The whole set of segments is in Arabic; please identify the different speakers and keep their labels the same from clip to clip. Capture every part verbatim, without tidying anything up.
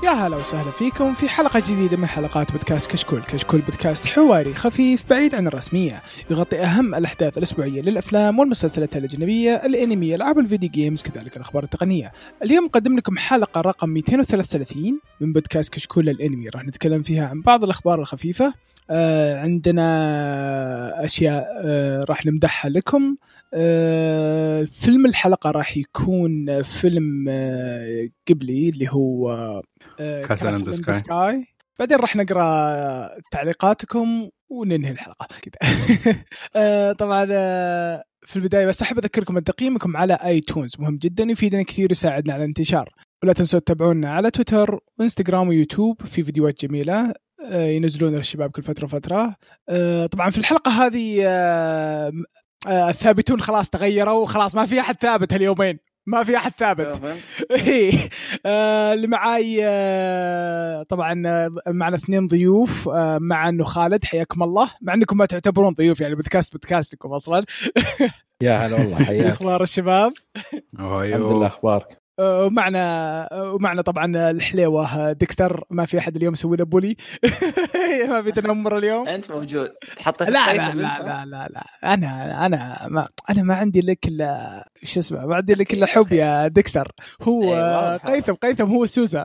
Speaker 1: يا هلا وسهلا فيكم في حلقة جديدة من حلقات بودكاست كشكول. كشكول بودكاست حواري خفيف بعيد عن الرسمية، يغطي أهم الأحداث الأسبوعية للأفلام والمسلسلات الأجنبية، الأنمي، ألعاب الفيديو جيمز، كذلك الأخبار التقنية. اليوم نقدم لكم حلقة رقم مئتين وثلاثة وثلاثين من بودكاست كشكول الأنمي، راح نتكلم فيها عن بعض الأخبار الخفيفة. آه عندنا أشياء آه راح نمدحها لكم. آه فيلم الحلقة راح يكون فيلم آه قبلي اللي هو آه كاسل إن ذا سكاي. بعدين راح نقرأ تعليقاتكم وننهي الحلقة كده. آه طبعا آه في البداية بس أحب أذكركم أن تقييمكم على آيتونز مهم جدا، يفيدنا كثير ويساعدنا على الانتشار. ولا تنسوا تتابعونا على تويتر وإنستغرام ويوتيوب، في فيديوهات جميلة ينزلون الشباب كل فترة وفترة. طبعا في الحلقة هذه الثابتون خلاص تغيروا، خلاص ما في أحد ثابت هاليومين، ما في أحد ثابت. اللي معاي طبعا معنا اثنين ضيوف، مع أنه خالد حياكم الله، مع أنكم ما تعتبرون ضيوف يعني بودكاست بودكاستكم أصلا.
Speaker 2: يا هلا والله، حياك.
Speaker 1: أخبار الشباب؟
Speaker 2: الحمد لله، أخبارك؟
Speaker 1: ومعنا ومعنا طبعا الحليوة ديكستر، ما في أحد اليوم يسوي له بولي. ما في تنمر اليوم.
Speaker 3: أنت موجود تحط
Speaker 1: لا لا لا, لا لا لا أنا أنا ما أنا ما عندي لك إلا إيش اسمه، ما عندي لك إلا حب يا ديكستر. هو قيثم قيثم هو سوسة.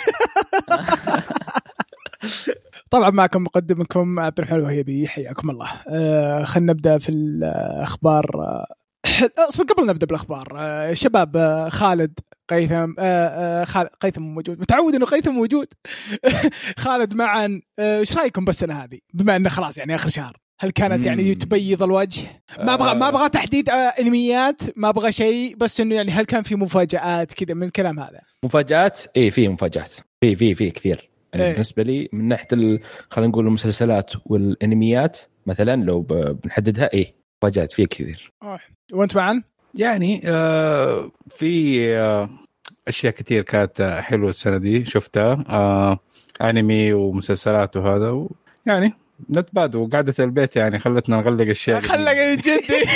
Speaker 1: طبعا معكم مقدمكم عبد الرحمن الوهيبي، حياكم الله. آه خلينا نبدأ في الأخبار. أصبر قبل نبدأ بالأخبار، آه شباب، آه خالد قيثم آه خالد قيثم موجود، متعود إنه قيثم موجود. خالد معا، إيش آه رأيكم بالسنة هذه بما إنه خلاص يعني آخر شهر؟ هل كانت يعني تبيض الوجه؟ ما أبغى ما أبغى تحديد آه أنميات، ما أبغى شيء، بس إنه يعني هل كان في مفاجآت كذا من الكلام هذا؟
Speaker 2: مفاجآت إيه، في مفاجآت في في في كثير يعني. إيه؟ بالنسبة لي من ناحية ال... خلينا نقول المسلسلات والأنميات مثلا، لو ب... بنحددها إيه مفاجآت فيه كثير.
Speaker 1: أوه. وأنت معن؟
Speaker 4: يعني آه في آه أشياء كتير كانت حلوة السنة دي شفتها، آه أنمي ومسلسلات وهذا و... يعني نتبادل، وقعدة البيت يعني خلتنا نغلق أشياء.
Speaker 1: خلق جدي.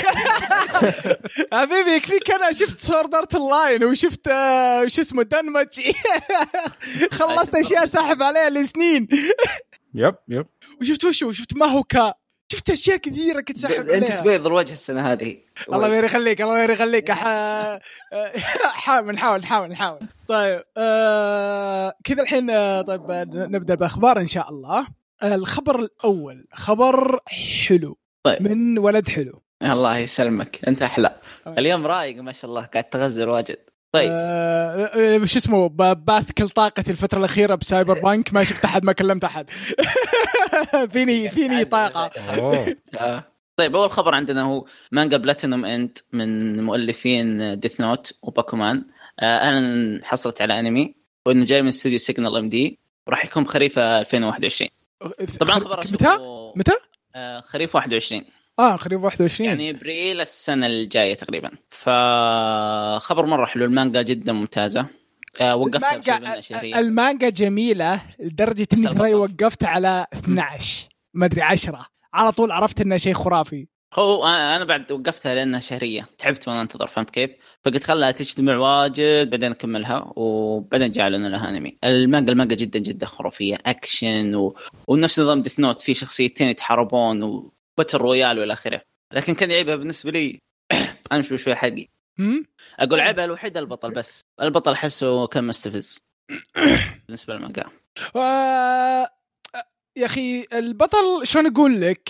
Speaker 1: حبيبي يكفيك، أنا شفت سورد آرت أونلاين وشفت آه وش اسمه دانماتشي. خلصت أشياء ساحب عليها لسنين.
Speaker 4: يب يب.
Speaker 1: وشفت وشو وشفت ما هو كا شفت أشياء كثيرة كنت ساحب عليها.
Speaker 3: أنت تبيض الوجه السنة هذه.
Speaker 1: الله يري خليك، الله يري خليك. حاول نحاول نحاول نحاول. طيب آه كذا الحين. آه طيب نبدأ بأخبار إن شاء الله. آه الخبر الأول خبر حلو.
Speaker 3: طيب.
Speaker 1: من ولد حلو.
Speaker 3: الله يسلمك، أنت أحلى. اليوم رايق ما شاء الله، قاعد تغزل واجد. طيب
Speaker 1: آه وش اسمه باث كل طاقتي الفترة الأخيرة بسايبر بانك، ما شفت أحد، ما كلمت أحد. فيني فيني طاقة.
Speaker 3: آه. طيب أول خبر عندنا هو مانجا بلاتينوم إند من مؤلفين ديث نوت وباكومان. آه أنا حصلت على أنمي، وإنه جاي من استوديو سيجنال إم دي، وراح يكون خريف ألفين وواحد وعشرين. طبعا خبر
Speaker 1: متى متى
Speaker 3: آه خريف واحد وعشرين.
Speaker 1: اه خريف واحد وعشرين
Speaker 3: يعني ابريل السنه الجايه تقريبا. فخبر مره حلو، المانجا جدا ممتازه. آه وقفتها
Speaker 1: المانجا, المانجا جميله لدرجه اني ترى وقفت على اثنا عشر ما ادري عشرة، على طول عرفت انه شيء خرافي.
Speaker 3: هو انا بعد وقفتها لانها شهريه، تعبت وانا انتظر، فهمت كيف؟ فقلت خلها تجتمع واجد بعدين اكملها، وبعدين جعلنا لها انمي. المانجا المانجا جدا جدا خرافيه، اكشن و... ونفس نظام ديث نوت، في شخصيتين يتحاربون و باتل رويال والى اخره. لكن كان عيبها بالنسبه لي انا مش بشوي حقي. اقول عيبها الوحيد البطل، بس البطل حسه كان مستفز بالنسبه للمانجا.
Speaker 1: و... يا اخي البطل شلون اقول لك،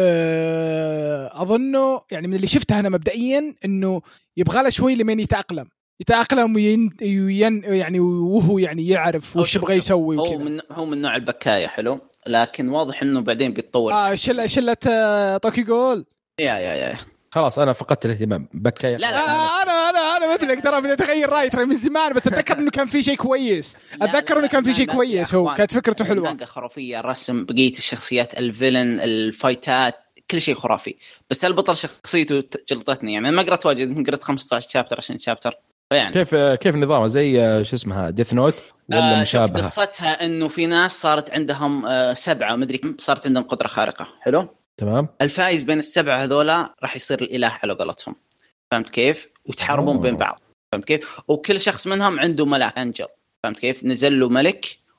Speaker 1: أه... اظنه يعني من اللي شفته انا مبدئيا انه يبغى له شوي لمن يتاقلم يتاقلم وين... وين... يعني وهو يعني يعرف وش يبغى يسوي
Speaker 3: وكذا.
Speaker 1: هو
Speaker 3: من هو من نوع البكايه حلو، لكن واضح انه بعدين بيتطور.
Speaker 1: اه شله شله توكي جول.
Speaker 3: يا يا يا
Speaker 2: خلاص انا فقدت الاهتمام بكايه.
Speaker 3: لا, لا,
Speaker 1: لا انا انا انا مثلك ترى بدي اتغير رايي ترى من زمان، بس اتذكر انه كان في شيء كويس. اتذكر انه كان في شيء كويس، هو كانت فكرته حلوه.
Speaker 3: مانجا خرافيه، الرسم، بقيه الشخصيات، الفيلن، الفايتات، كل شيء خرافي. بس البطل شخصيته جلطتني، يعني ما قرأت واجد، قرأت خمسة عشر شابتر عشان شابتر. يعني
Speaker 2: كيف كيف نظامها زي شو اسمها ديث نوت ولا
Speaker 3: آه
Speaker 2: مشابهه؟
Speaker 3: قصتها انه في ناس صارت عندهم آه سبعه مدري كم، صارت عندهم قدره خارقه. حلو تمام. الفائز بين السبعه هذولا راح يصير الاله على قولتهم، فهمت كيف؟ وتحاربون بين بعض، فهمت كيف؟ وكل شخص منهم عنده ملاك انجل، فهمت كيف؟ نزل له ملك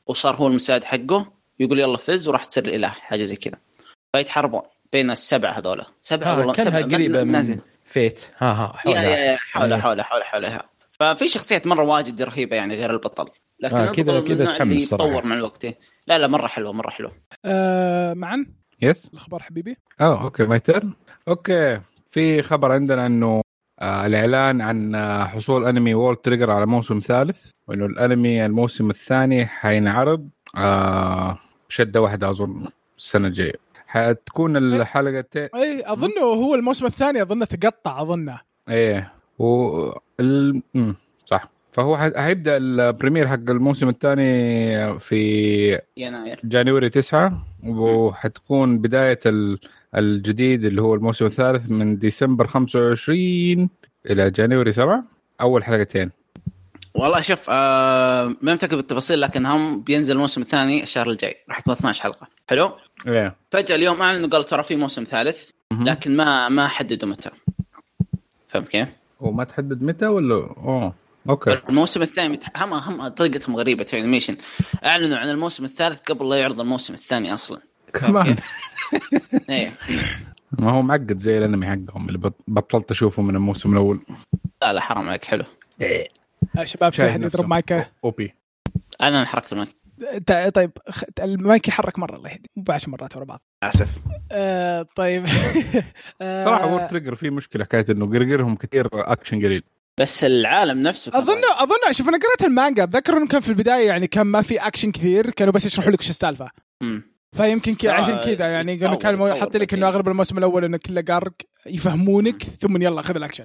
Speaker 3: وصار هو المساعد حقه يقول يلا فز وراح تصير الاله حاجه زي كذا فيتحاربون بين السبعه هذولا سبعه والله
Speaker 2: كانها
Speaker 3: سبعه
Speaker 2: قريبه من فيت ها ها
Speaker 3: حولها حولها حولها حولها حولها ففي شخصيات مره واجد رهيبه يعني غير البطل لكن
Speaker 2: آه كذا كذا تحمس صراحه
Speaker 3: يتطور مع الوقت. لا لا مره حلوه مره حلوه.
Speaker 1: آه معا
Speaker 4: يس
Speaker 1: الاخبار حبيبي.
Speaker 4: اه اوكي ماي تيرن. اوكي في خبر عندنا انه آه الاعلان عن آه حصول انمي وول تريجر على موسم ثالث وانه الانمي الموسم الثاني حينعرض آه شده واحده اظن السنه الجايه حتكون الحلقه
Speaker 1: اي اظنه هو الموسم الثاني اظنه تقطع اظنه
Speaker 4: ايه و ال... صح فهو هيبدا البريمير حق الموسم الثاني في
Speaker 3: يناير
Speaker 4: جانيوري تسعة وحتكون بدايه الجديد اللي هو الموسم الثالث من ديسمبر خمسة وعشرين الى جانيوري سبعة اول حلقتين.
Speaker 3: والله شوف آه ما متأكد بالتفاصيل لكن هم بينزل الموسم الثاني الشهر الجاي راح يكون اثنا عشر حلقه. حلو
Speaker 4: yeah.
Speaker 3: فجأة اليوم أعلنوا قالوا ترى في موسم ثالث لكن ما ما حددوا متى. فهمت كيف؟
Speaker 4: وما تحدد متى ولا اوه اوكي.
Speaker 3: الموسم الثاني هم هم طريقتهم غريبه في انيميشن اعلنوا عن الموسم الثالث قبل لا يعرض الموسم الثاني اصلا
Speaker 4: كمان.
Speaker 3: ايه
Speaker 4: ما هو معقد زي الانمي حقهم اللي بطلت اشوفه من الموسم الاول.
Speaker 3: لا لا حرام عليك حلو.
Speaker 1: يا شباب في احد يضرب مايكه
Speaker 4: اوبي
Speaker 3: انا حركت المايك.
Speaker 1: طيب المايك يحرك مره الله يهديك مو بعشر مرات ورا بعض
Speaker 3: اسف.
Speaker 1: آه طيب
Speaker 4: آه صراحه وور تريجر في مشكله حكايه انه قرقرهم كثير اكشن قليل
Speaker 3: بس العالم نفسه
Speaker 1: اظن اظن شوف انا قرأت المانجا اتذكر انه كان في البدايه يعني كان ما في اكشن كثير كانوا بس يشرحوا لك ايش السالفه فيمكن كذا عشان كذا يعني كانوا كانوا يحط لك انه اغلب الموسم الاول انه كله قرق يفهمونك ثم يلا خذ الاكشن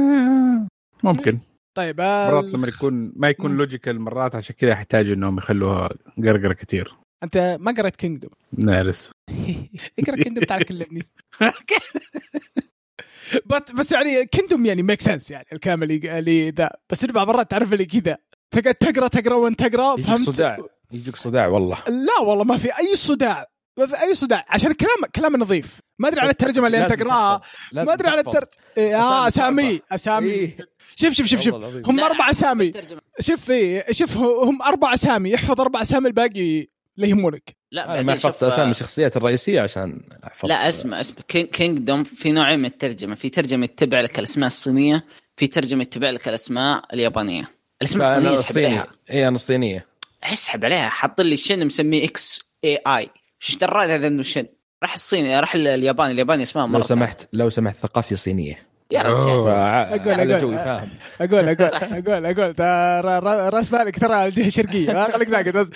Speaker 4: ممكن.
Speaker 1: طيب
Speaker 4: مرات لما يكون ما يكون لوجيكال مرات عشان كذا يحتاجوا انهم يخلوها قرقره كثير.
Speaker 1: انت ما قرأت كينجدوم؟
Speaker 4: لا لسه.
Speaker 1: اقرا كينجدوم تعال كلمني. بس يعني كينجدوم يعني ميك سنس يعني الكلام اللي اللي ذا بس بعض مرات تعرف اللي كذا تقعد تقرا تقرا وانت تقرا
Speaker 2: فهمت صداع يجيك صداع والله.
Speaker 1: لا والله ما في اي صداع ما في اي صداع عشان الكلام كلام نظيف ما ادري على الترجمه اللي انت تقراها ما ادري على الترجمه اه اسامي اسامي إيه. شوف شوف شوف شوف هم اربع اسامي شوف ايه شوف هم اربع اسامي يحفظ اربع اسامي الباقي لا يهمونك.
Speaker 3: لا
Speaker 2: ما حفظت اسامي الشخصيات الرئيسيه عشان احفظ.
Speaker 3: لا اسمع اسمع كينجدوم في نوعين من الترجمه في ترجمه تتبع لك الاسماء الصينيه في ترجمه تتبع لك الاسماء اليابانيه. الاسماء الصينيه اسحب عليها
Speaker 2: اي انا الصينيه
Speaker 3: اسحب عليها حط لي الشن مسميه اكس اي اي ايش درى هذا انه شن راح الصيني راح الياباني الياباني اسمه
Speaker 2: لو سمحت لو سمحت ثقافتي صينيه
Speaker 3: يا رجال.
Speaker 1: اقول اقول
Speaker 2: فاهم
Speaker 1: اقول اقول اقول اقول ترى راس مالك ترى الجهه الشرقيه خليك ساكت بس.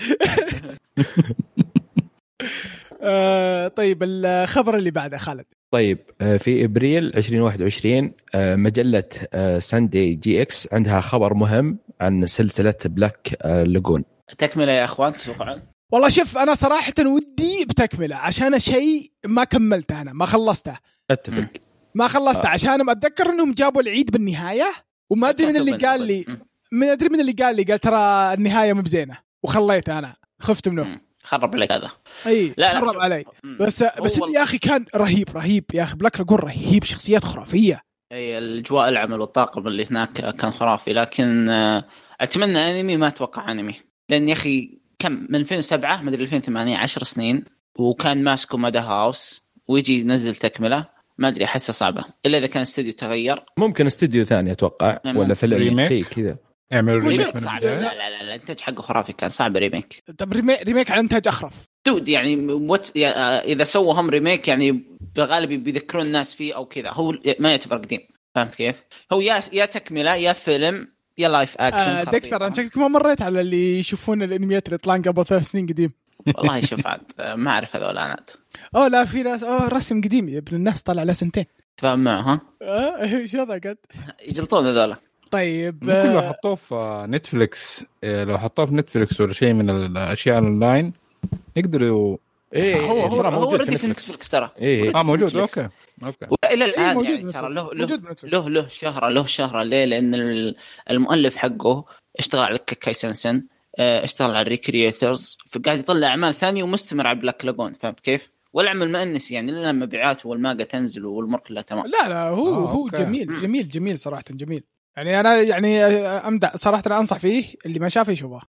Speaker 1: آه طيب الخبر اللي بعده خالد.
Speaker 2: طيب في ابريل ألفين وواحد وعشرين مجله ساندي جي اكس عندها خبر مهم عن سلسله بلاك لاجون.
Speaker 3: تكمله يا اخوان تتوقعون؟
Speaker 1: والله شوف انا صراحه ودي بتكمله عشان شيء ما كملته انا ما خلصته.
Speaker 2: اتفق
Speaker 1: ما خلصته آه. عشان اتذكر انهم جابوا العيد بالنهايه وما ادري من اللي قال لي من ادري من اللي قال لي قال ترى النهايه مو بزينه وخليته انا خفت منه
Speaker 3: خرب عليك هذا.
Speaker 1: اي خرب علي بس بس يا اخي كان رهيب رهيب يا اخي بلاك لاجون رهيب شخصيات خرافيه.
Speaker 3: اي الاجواء العمل والطاقم اللي هناك كان خرافي لكن اتمنى انمي ما اتوقع انمي لان يا اخي كم من ألفين وسبعة ما ادري ألفين وثمانية عشر سنين وكان ماسكو مادا هاوس ويجي ينزل تكمله ما ادري احسها صعبه الا اذا كان استوديو تغير.
Speaker 2: ممكن استوديو ثاني اتوقع ولا فيلم شيء كذا
Speaker 4: يعمل ريميك.
Speaker 3: صعب. لا لا لا الانتاج حقه خرافي كان صعب ريميك.
Speaker 1: طب ريميك ريميك على انتاج اخرف
Speaker 3: دود يعني وات اذا سووا هم ريميك يعني بالغالب بيذكرون الناس فيه او كذا هو ما يعتبر قديم. فهمت كيف؟ هو يا يا تكمله يا فيلم يا لايف اكشن.
Speaker 1: آه ديكستر انا شكلك ما مريت على اللي يشوفون الانميات اللي طلعن قبل ثلاث سنين قديم.
Speaker 3: والله شوف عاد ما اعرف هذول انا.
Speaker 1: اوه لا في ناس اه رسم قديم يا ابن الناس طلع له سنتين.
Speaker 3: تفهم معه ها؟
Speaker 1: اه ايش هذا قد
Speaker 3: يجلطون هذول.
Speaker 1: طيب
Speaker 4: ممكن لو حطوه في نتفليكس لو حطوه في نتفليكس ولا شيء من الاشياء اونلاين يقدروا
Speaker 2: ايه
Speaker 3: هو هو
Speaker 2: موجود
Speaker 3: في نتفليكس ترى.
Speaker 2: ايه
Speaker 4: اه موجود اوكي اوكي
Speaker 3: والى الان إيه يعني ترى له له له له شهره له شهره ليه لان المؤلف حقه اشتغل على كاي سنسن اشتغل على ريكرييترز فقاعد يطلع اعمال ثانيه ومستمر على بلاك لاجون. فهمت كيف؟ والعمل مأنس يعني لما مبيعاته والماجا تنزل والامور كلها تمام.
Speaker 1: لا لا هو آه هو أوكي. جميل جميل جميل صراحه جميل يعني انا يعني امدح صراحه أنا انصح فيه اللي ما شافه يشوفه.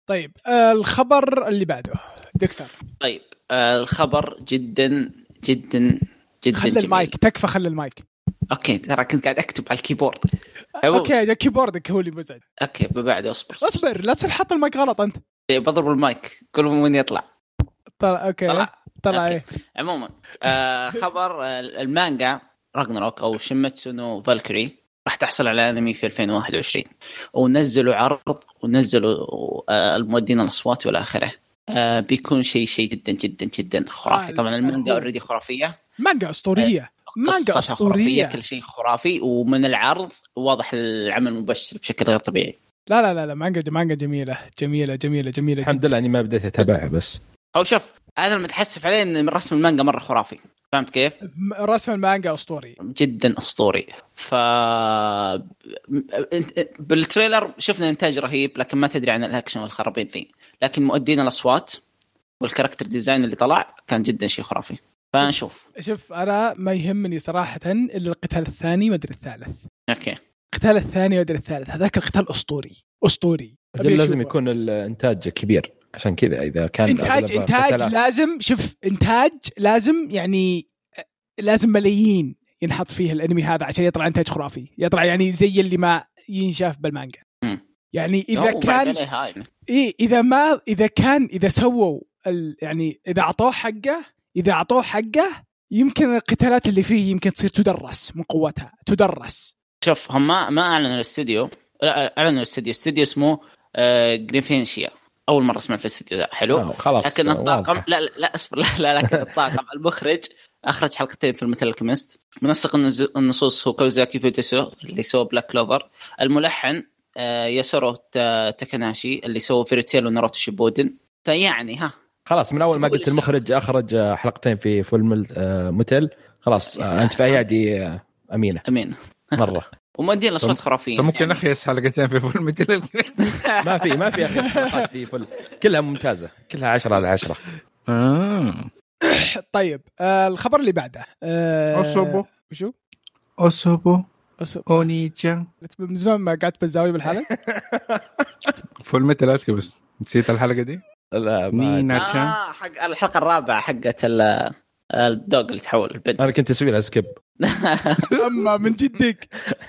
Speaker 1: طيب آه الخبر اللي بعده ديكستر.
Speaker 3: طيب آه الخبر جدا جدا جدا
Speaker 1: خلي المايك تكفى، خلي المايك.
Speaker 3: اوكي ترى كنت قاعد اكتب على الكيبورد.
Speaker 1: اوكي كيبوردك هو اللي مزعج.
Speaker 3: اوكي بعد اصبر
Speaker 1: اصبر لا تصير حط المايك غلط انت.
Speaker 3: بضرب المايك كل من يطلع.
Speaker 1: طلع اوكي طلع, طلع.
Speaker 3: أوكي. عموما آه خبر آه المانجا راغناروك او شيميتسو نو فالكري راح تحصل على انمي في ألفين وواحد وعشرين، ونزلوا عرض ونزلوا آه المؤدين الاصوات والى اخره. آه بيكون شيء شيء جدا جدا جدا خرافي.
Speaker 1: آه
Speaker 3: طبعا المانجا اوريدي خرافيه،
Speaker 1: مانجا اسطوريه آه مانجا اسطوريه،
Speaker 3: كل شيء خرافي، ومن العرض واضح العمل مبشر بشكل غير طبيعي.
Speaker 1: لا لا لا لا مانجا مانجا جميله جميله جميله جميله
Speaker 2: الحمد لله اني ما بديت اتابعها. بس
Speaker 3: او شوف انا المتحسف عليه ان رسم المانجا مره خرافي، فهمت كيف؟
Speaker 1: رسم المانجا اسطوري
Speaker 3: جدا اسطوري. ف بالتريلر شفنا انتاج رهيب، لكن ما تدري عن الاكشن والخرابيط ذي، لكن مؤدين الاصوات والكاركتر ديزاين اللي طلع كان جدا شيء خرافي. فنشوف.
Speaker 1: شوف انا ما يهمني صراحه الا القتال الثاني ما ادري الثالث.
Speaker 3: اوكي
Speaker 1: القتال الثاني ما ادري الثالث، هذاك القتال اسطوري اسطوري.
Speaker 2: لازم يكون الانتاج كبير عشان كذا. اذا كان
Speaker 1: انتاج انتاج قتلات. لازم شوف انتاج لازم يعني لازم ملايين ينحط فيه الانمي هذا عشان يطلع انتاج خرافي، يطلع يعني زي اللي ما ينشاف بالمانجا. م. يعني اذا كان إيه اذا ما اذا كان اذا سووا ال... يعني اذا اعطوه حقه اذا اعطوه حقه يمكن القتالات اللي فيه يمكن تصير تدرس من قوتها تدرس.
Speaker 3: شوف هم ما ما اعلنوا الاستديو، اعلنوا الاستديو استديو اسمه آه جريفينشيا، اول مره اسمع في الاستديو ذا. حلو لكن الطاقم لا لا اصبر لا لا لكن الطاقم المخرج اخرج حلقتين في الميتال الكيمست، منسق النصوص هو كوزاكي فوتوسو اللي سوى بلاك كلوفر، الملحن آه ياسورو تاكاناشي اللي سوى فيريتيل وناروتو شيبودن. فيعني ها
Speaker 2: خلاص من اول ما قلت المخرج اخرج حلقتين في فول ميتال خلاص انت في ايادي امينه
Speaker 3: امينه
Speaker 2: مره.
Speaker 3: ومؤدين الاصوات خرافيين.
Speaker 4: فممكن يعني. اخيس حلقتين في فول ميتال
Speaker 2: ما في ما في اخيس حلقات في فول، كلها ممتازه كلها عشرة على عشرة.
Speaker 4: آه.
Speaker 1: طيب آه الخبر اللي بعده آه
Speaker 4: أوسوبو
Speaker 1: وشو
Speaker 4: أوسوبو أونيتشان
Speaker 1: من زمان ما قعدت بالزاوية بالحلقة
Speaker 4: فول ميتال أشكي بس نسيت الحلقة دي.
Speaker 2: لا
Speaker 3: ما آه حق الحلقة الرابعة حقت الدوغ اللي تحول البنت.
Speaker 2: أنا كنت أسوي لها سكيب
Speaker 1: أما من جدك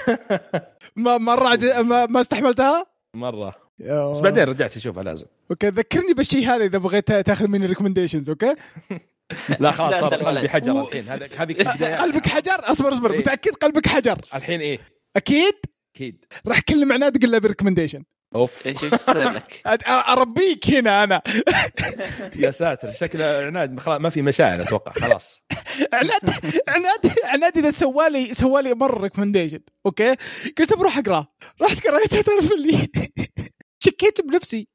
Speaker 1: ما مرة عج... ما ما استحملتها
Speaker 2: مرة بس بعدين رجعت أشوفها لازم.
Speaker 1: أوكي ذكرني بالشيء هذا إذا بغيت تأخذ مني ريكومنديشنز. أوكي
Speaker 2: لا خلاص صار قلبي حجر الحين. هذا هذه
Speaker 1: قلبك حجر. أصبر أصبر إيه؟ متأكد قلبك حجر
Speaker 2: الحين إيه
Speaker 1: أكيد
Speaker 2: أكيد
Speaker 1: راح كلم عناد قل له بريكومنديشن.
Speaker 2: اوف
Speaker 3: ايش يصير لك
Speaker 1: اربيك هنا انا
Speaker 2: يا ساتر شكله عناد خلاص ما في مشاعر اتوقع خلاص.
Speaker 1: عناد عناد عناد اذا سوالي سوالي مره ريكومنديشن اوكي قلت بروح اقرا رحت قريتها تعرف اللي شكيت بنفسي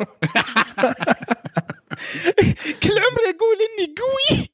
Speaker 1: كل عمري اقول اني قوي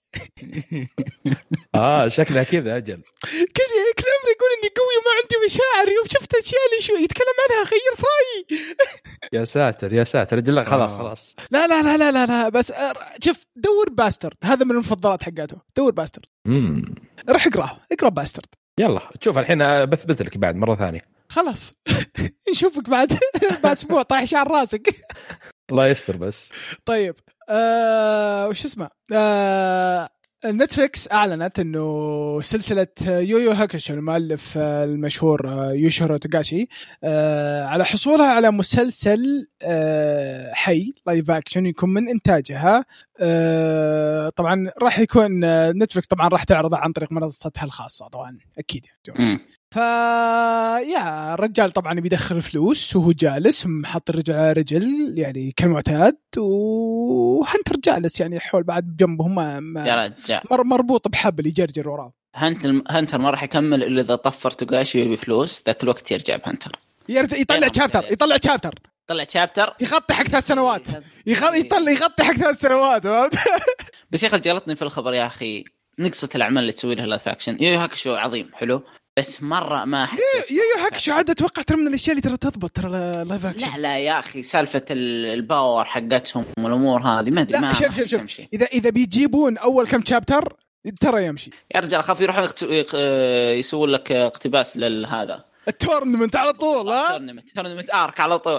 Speaker 2: اه شكلها كذا اجل
Speaker 1: كل كل عمري اقول اني قوي وما عندي مشاعر. يوم شفت اشياء اللي شو يتكلم عنها غيرت رايي.
Speaker 2: يا ساتر يا ساتر اجل خلاص خلاص
Speaker 1: لا لا لا لا لا, لا. بس شوف دور باسترد هذا من المفضلات حقاته. دور باسترد
Speaker 2: امم
Speaker 1: روح اقرا اقرا باسترد
Speaker 2: يلا تشوف الحين بثبت لك بعد مره ثانيه
Speaker 1: خلاص نشوفك بعد بعد اسبوع طايح شعر راسك
Speaker 2: الله يستر بس.
Speaker 1: طيب آه وش اسمه آه نتفليكس أعلنت إنه سلسلة يويو هاكوشو المؤلف المشهور يوشيرو تاغاشي على حصولها على مسلسل حي لايف أكشن يكون من إنتاجها. طبعا راح يكون نتفليكس طبعا راح تعرضه عن طريق منصتها الخاصة طبعا أكيد يعني. فيا الرجال طبعا بيدخل فلوس وهو جالس محط الرجل على رجل يعني كالمعتاد، وهنتر جالس يعني حول بعد جنبهم ما مر مربوط بحبل يجرجر وراه.
Speaker 3: هنتر هنتر ما راح يكمل الا اذا طفر توغاشي بفلوس ذاك الوقت يرجع بهنتر
Speaker 1: يرجع يطلع شابتر يطلع شابتر
Speaker 3: طلع شابتر
Speaker 1: يغطي حق ثلاث سنوات يطلع يغطي حق ثلاث سنوات.
Speaker 3: بس يا اخي جلطني في الخبر يا اخي نقصة الأعمال اللي تسوي لها لايف أكشن. يو هاكوشو عظيم حلو بس مرة ما أحس
Speaker 1: يو يو هاكوشو عاد أتوقع ترى من الأشياء اللي ترى تضبط ترى لايف أكشن.
Speaker 3: لا لا يا أخي سالفة الباور حقتهم والأمور هذه ما أدري.
Speaker 1: لا شوف شوف شوف إذا إذا بيجيبون أول كم شابتر ترى يمشي يا
Speaker 3: رجال. خاف يروحون يسوون لك اقتباس للهذا
Speaker 1: التورنمنت على طول. ها
Speaker 3: تورنمنت تورنمنت آرك على طول.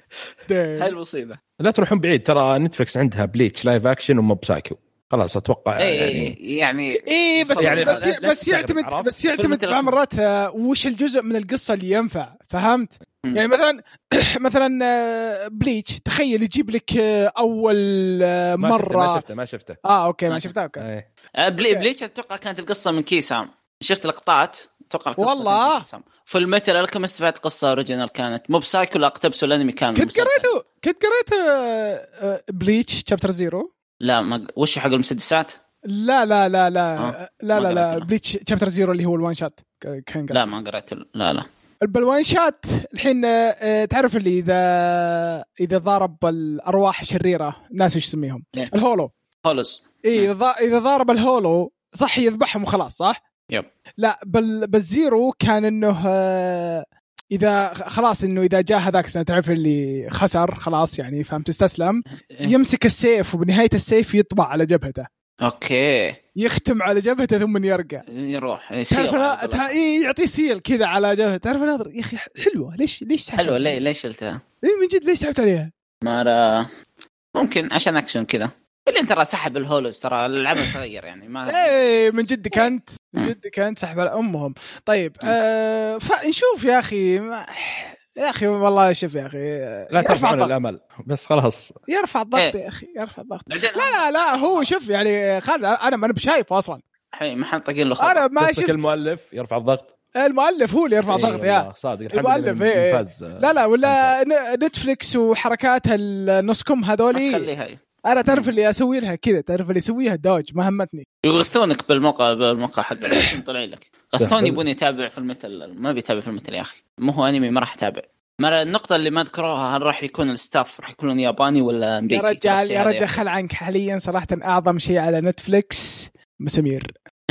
Speaker 3: هاي المصيبه.
Speaker 2: لا تروحون بعيد، ترى نتفلكس عندها بليتش لايف اكشن وموب سايكو، خلاص اتوقع
Speaker 3: ايه
Speaker 2: يعني
Speaker 3: يعني
Speaker 1: ايه بس
Speaker 2: يعني
Speaker 1: بس,
Speaker 2: لا- لا
Speaker 1: بس
Speaker 2: تستغرب،
Speaker 1: يعتمد
Speaker 2: عرفت؟
Speaker 1: بس يعتمد
Speaker 3: فيلم
Speaker 1: مع مرات آه، وش الجزء من القصه اللي ينفع، فهمت؟
Speaker 3: مم.
Speaker 1: يعني مثلا مثلا آه، بليتش تخيل يجيب لك آه، اول آه،
Speaker 2: ما شفته
Speaker 1: مره
Speaker 2: ما شفته ما شفته
Speaker 1: اه اوكي ما شفتها اوكي
Speaker 2: ايه.
Speaker 3: آه، بلي بليتش اتوقع كانت القصه من كيسام، شفت لقطات اتوقع القصه
Speaker 1: والله؟
Speaker 3: كانت من كيسام. في المتل الكيمست بعد قصه اوريجينال كانت مو بسايكو، لا اقتبسوا الانمي كامل.
Speaker 1: كنت
Speaker 3: المسلسل.
Speaker 1: قريته كنت قريت آه، آه، بليتش شابتر زيرو.
Speaker 3: لا ما وش حق المسدسات؟
Speaker 1: لا لا لا لا
Speaker 3: آه،
Speaker 1: لا
Speaker 3: ما
Speaker 1: لا, لا.
Speaker 3: قريته.
Speaker 1: بليتش شابتر زيرو اللي هو الوان شات كان قصدي.
Speaker 3: لا ما قريت. لا لا
Speaker 1: بالوان شات الحين آه، تعرف اللي اذا اذا ضارب الارواح الشريره الناس ايش يسميهم؟
Speaker 3: إيه.
Speaker 1: الهولو.
Speaker 3: هولوز.
Speaker 1: اي اذا اذا ضارب الهولو صح يذبحهم وخلاص صح؟
Speaker 3: يب.
Speaker 1: لا بال بالزيرو كان انه آه، اذا خلاص انه اذا جاء هذاك سنة تعرف اللي خسر خلاص يعني فهمت تستسلم، يمسك السيف وبنهايه السيف يطبع على جبهته.
Speaker 3: اوكي
Speaker 1: يختم على جبهته ثم يرجع
Speaker 3: يروح
Speaker 1: تعرف
Speaker 3: يصير
Speaker 1: لا تع... إيه يعطيه سيل كذا على جبهته. تعرف ناظر يا اخي حلوه ليش ليش سحبت
Speaker 3: حلوه.
Speaker 1: عليها؟
Speaker 3: ليه ليش شلتها؟
Speaker 1: إيه من جد ليش سحبت عليها؟
Speaker 3: ما ممكن عشان اكشن كذا. اللي ترى سحب الهولوز ترى العمل تغير يعني ما
Speaker 1: ايه من جد كانت من جد كانت سحب على امهم. طيب آه فنشوف يا اخي ما... يا اخي والله شوف يا اخي
Speaker 2: لا ترفعون الامل بس خلاص
Speaker 1: يرفع الضغط
Speaker 3: إيه.
Speaker 1: يا اخي يرفع الضغط.
Speaker 3: لا
Speaker 1: لا لا لا هو شوف يعني خالد انا ما انا بشايف اصلا
Speaker 3: حي ما حنطقين له خبر.
Speaker 1: انا ما
Speaker 2: قصدك
Speaker 1: شفت
Speaker 2: المؤلف يرفع الضغط.
Speaker 1: المؤلف هو اللي يرفع
Speaker 2: إيه
Speaker 1: ضغط يا
Speaker 2: والله صادق الحمد
Speaker 1: المؤلف
Speaker 2: لله
Speaker 1: إيه.
Speaker 2: ممتاز.
Speaker 1: لا لا ولا ن- نتفليكس وحركات النصكم هذولي
Speaker 3: خليها هاي
Speaker 1: انا تعرف اللي اسوي لها كذا تعرف اللي يسويها الدوج ما همتني.
Speaker 3: يغثونك بالموقع بالموقع حق طلع لك غثوني
Speaker 2: سهل.
Speaker 3: يبوني يتابع في المثل ما بيتابع في المثل يا اخي مو هو انمي ما راح اتابع. ما النقطه اللي ما ذكروها هل راح يكون الستاف راح يكونون ياباني ولا امريكي؟
Speaker 1: يا رجال يا
Speaker 3: هذا
Speaker 1: رجال خل عنك حاليا صراحه اعظم شيء على نتفليكس مسامير.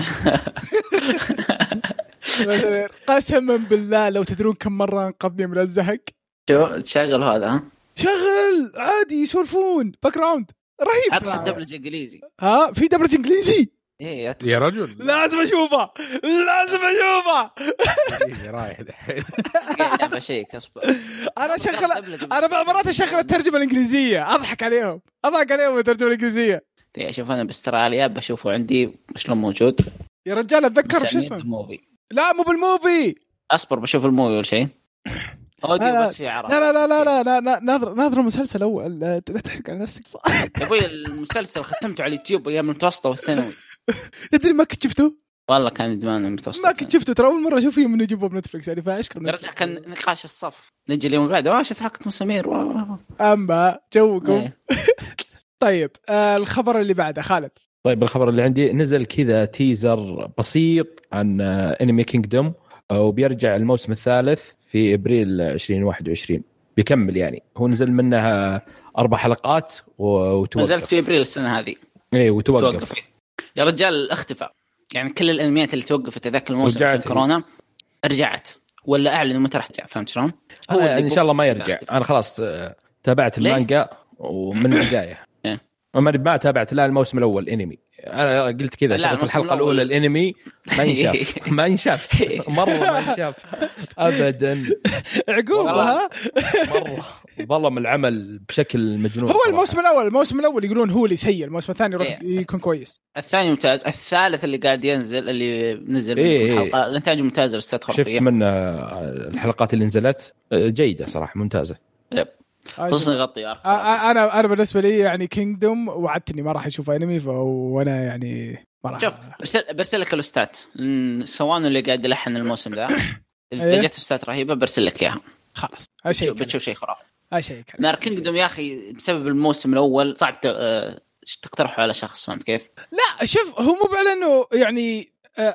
Speaker 1: مسامير. قسما بالله لو تدرون كم مره انقذني من الزهق.
Speaker 3: شو تشغل هذا ها
Speaker 1: شغل عادي يسولفون باك جراوند رهيب
Speaker 3: ادخل
Speaker 1: صراحه.
Speaker 3: دبلج انجليزي.
Speaker 1: ها في دبلج انجليزي
Speaker 3: ايه
Speaker 4: يا رجل
Speaker 1: لازم اشوفه لازم اشوفه.
Speaker 4: إيه، رايح دحين
Speaker 3: لعبه شيء كسب.
Speaker 1: انا شغل انا بعض مرات اشغل الترجمه الانجليزيه اضحك عليهم اضحك عليهم الترجمه الانجليزيه.
Speaker 3: اشوف انا باستراليا بشوفه عندي شلون موجود.
Speaker 1: يا رجال اتذكر شو اسمه
Speaker 3: بالموفي.
Speaker 1: لا مو بالموفي.
Speaker 3: اصبر بشوف الموفي اول شيء اوديو
Speaker 1: لا
Speaker 3: بس في عربي.
Speaker 1: لا لا لا لا لا لا ناظر ناظر المسلسل اول لا تحرق على نفسك صح.
Speaker 3: يا ابوي المسلسل ختمته على اليوتيوب ايام المتوسطه والثانوي.
Speaker 1: تدري ما كنت شفته
Speaker 3: والله كان ادمان المتوسط.
Speaker 1: ما كنت شفته ترى اول مره اشوف فيه من يجيبه بنتفلكس يعني فاشكر
Speaker 3: نرجع كان نقاش الصف نجي اليوم اللي بعده شوف حلقه مسامير و...
Speaker 1: اما جوكم.
Speaker 3: إيه.
Speaker 1: طيب آه الخبر اللي بعده خالد.
Speaker 2: طيب الخبر اللي عندي نزل كذا تيزر بسيط عن انمي كينجدوم وبيرجع الموسم الثالث في ابريل عشرين واحد وعشرين بيكمل يعني هو نزل منها اربع حلقات وتوقف.
Speaker 3: نزلت في ابريل السنه هذه.
Speaker 2: ايه وتوقف
Speaker 3: توقف. يا رجال اختفى يعني كل الانميات اللي توقفت ذاك الموسم في كورونا رجعت ولا اعلنوا متى راح ترجع فهمت شلون؟
Speaker 2: هو ان شاء الله ما يرجع. انا خلاص تابعت المانجا ومن البدايه ما ما تابعت لا الموسم الاول انمي. انا قلت كذا شفت الحلقه الاولى الانمي ما ينشاف ما ينشاف مره ما ينشاف ابدا
Speaker 1: عقوبه ها
Speaker 2: مره ظلم العمل بشكل مجنون.
Speaker 1: هو
Speaker 2: صراحة.
Speaker 1: الموسم الاول الموسم الاول يقولون هو اللي سيء الموسم الثاني يروح يكون كويس.
Speaker 3: الثاني ممتاز الثالث اللي قاعد ينزل اللي نزل
Speaker 2: إيه
Speaker 3: الحلقه الانتاج ممتاز الاستاذ خرافي.
Speaker 2: شفت من الحلقات اللي نزلت جيده صراحه ممتازه.
Speaker 3: يب خصوصا يغطي
Speaker 1: آه انا انا بالنسبه لي يعني كينجدوم وعدتني ما راح اشوف انمي وانا يعني ما راح.
Speaker 3: شوف برسل برسل لك الاستات سوانو اللي قاعد يلحن الموسم ذا اذا جت استات رهيبه برسل لك اياها
Speaker 1: خلاص هالشيء
Speaker 3: بتشوف شيء خرافي.
Speaker 1: هالشيء
Speaker 3: نار كينجدوم يا اخي بسبب الموسم الاول صعب تقترحه على شخص فهمت كيف؟
Speaker 1: لا شوف هو مو على انه يعني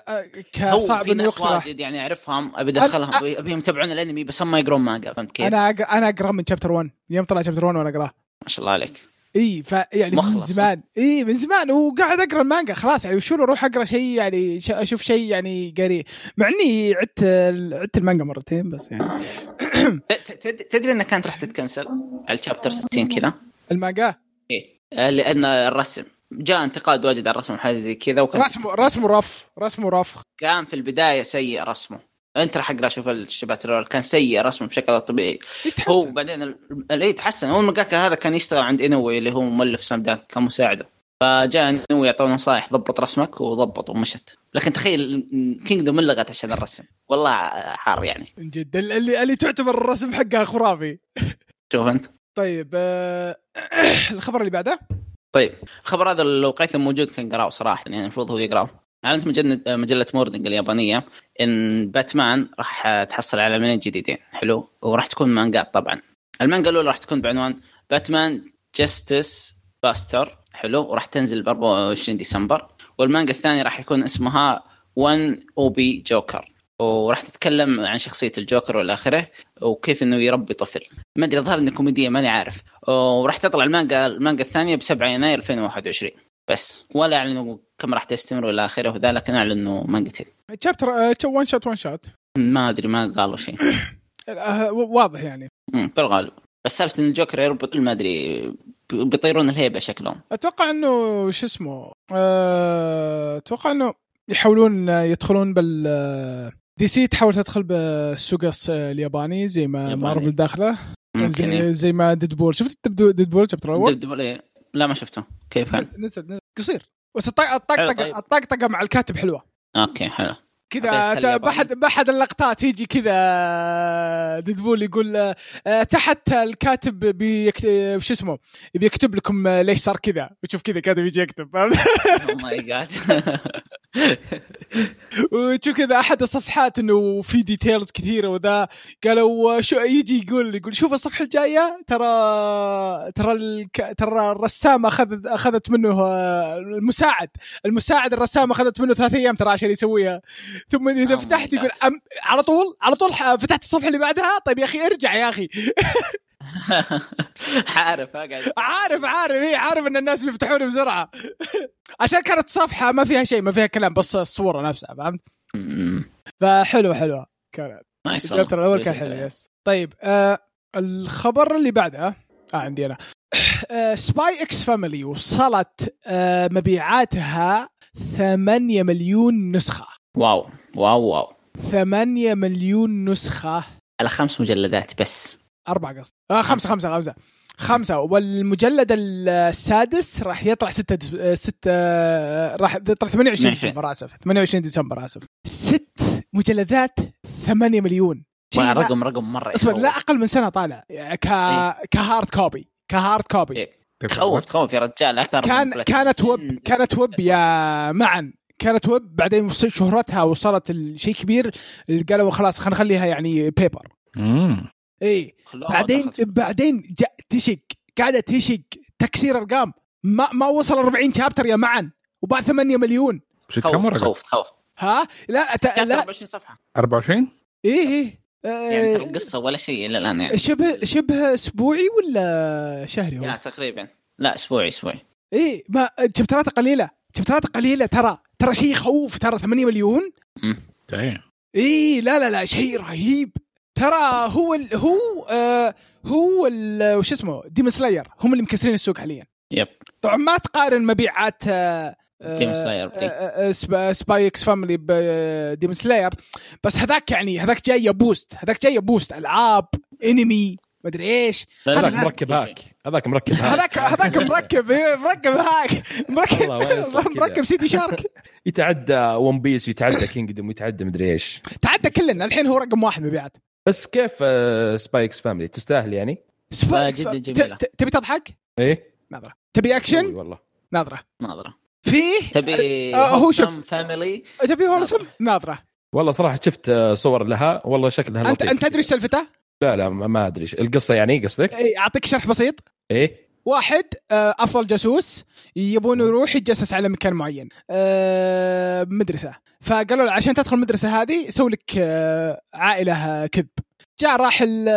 Speaker 1: كصعب انه يقترح
Speaker 3: يعني اعرفهم ابي ادخلهم ابيهم يتابعون الانمي بس ما يقرون مانجا فهمت كيف؟
Speaker 1: انا انا اقرا من شابتر واحد يوم طلع شابتر واحد وانا اقراه
Speaker 3: ما شاء الله عليك.
Speaker 1: اي فيعني من زمان اي من زمان وقاعد اقرا المانجا خلاص يعني وشو اروح اقرا شيء يعني اشوف شيء يعني قري مع اني عدت عدت المانجا مرتين بس يعني.
Speaker 3: تدري انها كانت راح تتكنسل على الشابتر ستين كذا
Speaker 1: المانجا
Speaker 3: ايه لان الرسم جاء انتقاد واجد على الرسم وحاجه زي كذا وكان
Speaker 1: رسمه رسمه رف رسمه رف
Speaker 3: كان في البدايه سيء رسمه انت راح اقرا شوف الشباترول كان سيء رسمه بشكل طبيعي يتحسن. هو بعدين اللي يتحسن هو المقاكا هذا كان يشتغل عند انوي اللي هو مؤلف سامدان كمساعده فجاء انوي يعطونه نصائح ضبط رسمك وضبط ومشت لكن تخيل كينجدوم لغت عشان الرسم والله حار يعني
Speaker 1: من جد اللي اللي تعتبر الرسم حقها خرافي
Speaker 3: شوف انت
Speaker 1: طيب آه... الخبر اللي بعده
Speaker 3: طيب الخبر هذا لو قيثم موجود كان قرأه صراحة يعني المفروض هو يقرأه أعلنت مجلة مجلة موردنج اليابانية إن باتمان راح تحصل على عملين جديدين حلو وراح تكون مانجات طبعا المانجا الأولى راح تكون بعنوان باتمان جاستس باستر حلو وراح تنزل ب أربعة وعشرين ديسمبر والمانجا الثانية راح يكون اسمها وان أو بي جوكر وراح تتكلم عن شخصية الجوكر والآخرة وكيف إنه يربي طفل ما أدري ظهر إنه كوميدية ماني عارف وراح تطلع المانجا المانجا الثانية بسبعة يناير ألفين وواحد وعشرين بس ولا أعلنوا كم راح تستمر والى آخره وذا لكن أعلنوا مانجتين
Speaker 1: شابتر وان شوت وان شوت
Speaker 3: ما أدري ما قالوا شيء
Speaker 1: واضح يعني
Speaker 3: بالغالب بس سالفة إن الجوكر يربط ما أدري بيطيرون الهيبة شكلهم
Speaker 1: أتوقع إنه شو اسمه أه... أتوقع إنه يحاولون يدخلون بال دي سي تحاول تدخل بالسوق الياباني زي ما مارفل داخله زي, زي ما ديدبول شفت ديدبول شابتر الأول
Speaker 3: ديدبول إيه لا ما شفته كيف كان
Speaker 1: نزل نزل قصير بس الطقطقه طيب. الطقطقه مع الكاتب حلوه
Speaker 3: اوكي حلو
Speaker 1: كذا بحد بحد اللقطات يجي كذا ديدبول يقول تحت الكاتب بيكتب شو اسمه بيكتب لكم ليش صار كذا وتشوف كذا كاتب يجي يكتب
Speaker 3: او ماي جاد
Speaker 1: وتشوف كذا احد الصفحات انه في ديتيلز كثيره وذا قالوا شو يجي يقول يقول شوف الصفحه الجايه ترى ترى الك... ترى الرسام اخذ اخذت منه المساعد المساعد الرسام اخذت منه ثلاث ايام ترى عشان يسويها ثم اذا فتحت يقول أم... على طول على طول فتحت الصفحه اللي بعدها طيب يا اخي ارجع يا اخي
Speaker 3: عارف
Speaker 1: عارف عارف ايه عارف ان الناس بيفتحون بسرعه عشان كانت صفحه ما فيها شيء ما فيها كلام بس الصوره نفسها فهمت فحلو حلو كانت الشابتر الاول كان حلو يس طيب آه الخبر اللي بعده اه عندي انا آه سباي اكس فاميلي وصلت آه مبيعاتها ثمانية مليون نسخه
Speaker 3: واو واو واو
Speaker 1: ثمانية مليون نسخه
Speaker 3: على خمس مجلدات بس
Speaker 1: أربعة قصد آه خمسة خمسة خمسة خمسة والمجلد السادس راح يطلع ستة ستة راح يطلع ثمانية وعشرين ديسمبر آسف ثمانية وعشرين ديسمبر آسف ست مجلدات ثمانية مليون
Speaker 3: رقم رقم مرة
Speaker 1: اصبر لا أقل من سنة طالع ك إيه؟ كهارد كوبي كهارد كوبي
Speaker 3: إيه؟ تخوف تخوف يا رجال أكثر
Speaker 1: كان كانت ويب كانت ويب يا معا كانت ويب بعدين شهرتها وصلت الشيء كبير قالوا خلاص خلينا نخليها يعني بيبر
Speaker 4: امم
Speaker 1: ايه بعدين بعدين تشق قاعده تشق تكسير ارقام ما ما وصل أربعين شابتر يا معن وبعد ثمانية مليون
Speaker 3: خوف خوف خوف
Speaker 1: ها لا أت... لا
Speaker 3: أربعة وعشرين صفحه
Speaker 4: أربعة وعشرين
Speaker 1: ايه ايه
Speaker 3: يعني ترى القصه ولا شيء الا الان يعني
Speaker 1: شبه شبه اسبوعي ولا شهري هو
Speaker 3: لا تقريبا لا اسبوعي اسبوعي
Speaker 1: ايه ما شابترات قليله شابترات قليله ترى ترى شيء خوف ترى ثمانية مليون
Speaker 4: امم
Speaker 1: ايه لا لا لا شيء رهيب ترى هو ال هو آه هو ال وش اسمه ديمون سلاير هم اللي مكسرين السوق حاليا
Speaker 3: يب
Speaker 1: طبعا ما تقارن مبيعات آه
Speaker 3: ديمون سلاير
Speaker 1: آه آه سباي اكس فاميلي بديمون سلاير بس هذاك يعني هذاك جاي بوست هذاك جاي بوست العاب انمي ما ادري ايش
Speaker 2: هذاك مركب هاك هذاك مركب
Speaker 1: هذاك هذاك مركب مركب هاك مركب مركب سيدي شارك
Speaker 2: يتعدى ون بيس يتعدى كينجدوم يتعدى مدري ايش
Speaker 1: تعدى كلنا الحين هو رقم واحد مبيعات
Speaker 2: بس كيف سبايكس فاميلي تستاهل يعني
Speaker 1: سبايكس جدا جميله تبي تضحك
Speaker 2: ايه
Speaker 1: نظره تبي اكشن
Speaker 2: والله
Speaker 1: نظره
Speaker 3: نظره
Speaker 1: فيه
Speaker 3: تبي
Speaker 1: آه هو شوف
Speaker 3: فاميلي
Speaker 1: تبي هو اسم نظره
Speaker 2: والله صراحه شفت صور لها والله شكلها
Speaker 1: لطيف انت تدري سالفته
Speaker 2: لا لا ما ادري القصه يعني قصدك
Speaker 1: اي اعطيك شرح بسيط
Speaker 2: ايه
Speaker 1: واحد افضل جاسوس يبون يروح يتجسس على مكان معين مدرسه فقالوا له عشان تدخل المدرسه هذه سوي لك عائله كذب جاء راح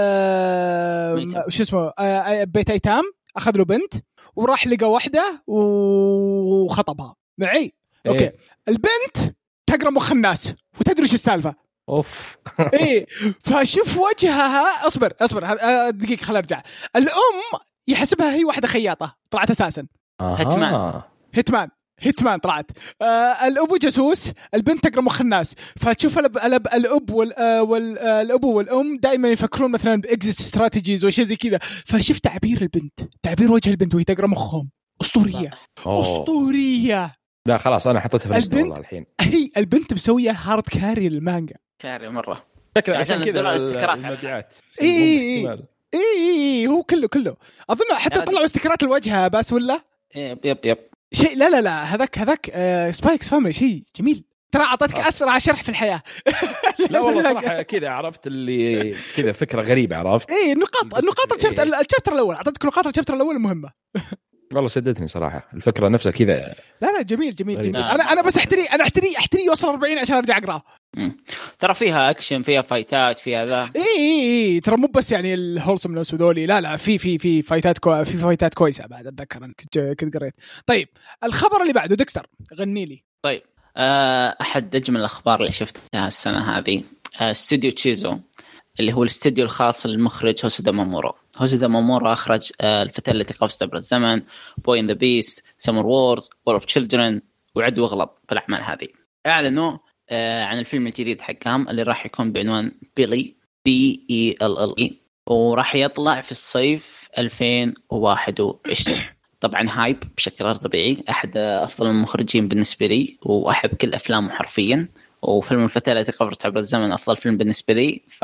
Speaker 1: وش اسمه بيت ايتام اخذ له بنت وراح لقى واحده وخطبها معي إيه؟ اوكي البنت تقرا مخ الناس وتدري ايش السالفه
Speaker 2: اوف
Speaker 1: ايه فشوف وجهها اصبر اصبر دقيقه خل ارجع الام يحسبها هي واحده خياطه طلعت اساسا
Speaker 2: آه.
Speaker 3: هيتمان
Speaker 1: هيتمان هيتمان طلعت. آه الأب جاسوس، البنت تقرأ مخ الناس. فتشوف الأب الأب الأب وال آه وال آه الأب والأم دائما يفكرون مثلا بإكزيت استراتيجيز وشيء زي كذا. فشفت تعبير البنت، تعبير وجه البنت وهي تقرأ مخهم أسطورية.
Speaker 2: أوه.
Speaker 1: أسطورية.
Speaker 2: لا خلاص أنا حطيتها في البنت والله الحين.
Speaker 1: هي البنت مسوية هارد كاري للمانجا.
Speaker 3: كاري مرة.
Speaker 2: شكله عشان كذا المبيعات.
Speaker 1: إيه إيه هو كله كله أظن حتى طلعوا استيكرات الوجه بس ولا.
Speaker 3: يب يب يب.
Speaker 1: شيء لا لا لا هذاك هذاك آه سبايكس فاميلي شيء جميل ترى. أعطتك آه. أسرع شرح في الحياة.
Speaker 2: لا والله صراحة كذا عرفت اللي كذا فكرة غريبة عرفت.
Speaker 1: إيه النقاط النقاط الشابتر إيه. الشابتر الأول أعطتك نقاط الشابتر الأول المهمة.
Speaker 2: والله شدتني صراحة الفكرة نفسها كذا.
Speaker 1: لا لا جميل جميل, جميل. أنا أنا بس أحتري أنا أحتري أحتري يوصل أربعين عشان أرجع أقرأ.
Speaker 3: ترى فيها أكشن فيها فايتات فيها ذا.
Speaker 1: إيه إيه إيه ترى مو بس يعني الهولسمنس وذولي لا لا في في في فايتات كو في فايتات كويسة بعد أتذكر أنا كنت كنت قريت. طيب الخبر اللي بعده ديكستر غني لي.
Speaker 3: طيب أحد أجمل الأخبار اللي شفتها السنة هذه استوديو تشيزو اللي هو الاستوديو الخاص للمخرج هوسودا مامورو. هوسودا مامورو أخرج الفتاة التي قفزت عبر الزمن، بوي إن ذا بيست، سمر وورز، وول أوف تشيلدرن وعد وغلط في الأعمال هذه. أعلنوا عن الفيلم الجديد حقهم اللي راح يكون بعنوان بيلي بي إي إل إل إي وراح يطلع في الصيف ألفين وواحد وعشرين. طبعا هايب بشكل غير طبيعي، أحد أفضل المخرجين بالنسبة لي وأحب كل أفلامه حرفيا، وفيلم الفتاة التي قفزت عبر الزمن أفضل فيلم بالنسبة لي. ف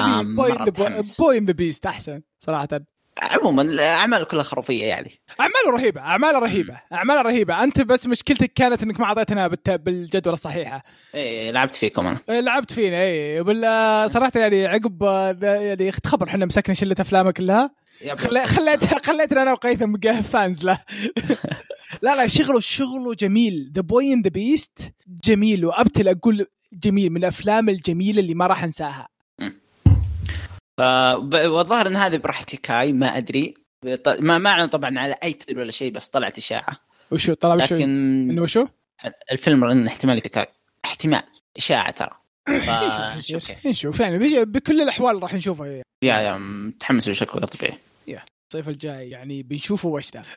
Speaker 1: بوي إن ذا بيست أحسن صراحة.
Speaker 3: عموما أعماله كلها خرافية يعني.
Speaker 1: أعماله رهيبة أعماله رهيبة أعماله رهيبة. أنت بس مشكلتك كانت إنك ما عطيتنا بالجدول الصحيحة.
Speaker 3: إيه لعبت فيكم أنا.
Speaker 1: إيه لعبت فينا إيه ولا صراحة يعني عقب يعني تخبر إحنا مسكنا شلة أفلامه كلها. خليت خليت خليتنا أنا وقيثم فانز له. لا لا شغله شغله جميل. The Boy and the Beast جميل وأبتل أقول جميل من الأفلام الجميلة اللي ما راح أنساها.
Speaker 3: والظاهر ان هذه براحتي كاي ما ادري ما معنى طبعا على اي تدري ولا شيء بس طلعت اشاعه.
Speaker 1: وشو طلع وشو
Speaker 3: لكن
Speaker 1: انه وشو
Speaker 3: الفيلم انه احتمال كاي احتمال اشاعه ترى.
Speaker 1: نشوف كيف نشوف يعني بكل الاحوال راح نشوفه
Speaker 3: يا يا متحمس بشكل طبيعي.
Speaker 1: الصيف الجاي يعني بنشوفه وش ده.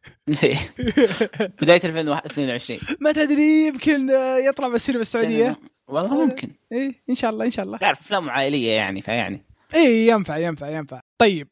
Speaker 3: بدايه ألفين واثنين وعشرين
Speaker 1: ما تدري يمكن يطلع بالسينما السعوديه
Speaker 3: والله ممكن
Speaker 1: ايه ان شاء الله ان شاء الله.
Speaker 3: تعرف افلام عائليه يعني فيعني
Speaker 1: ايه ينفع ينفع ينفع. طيب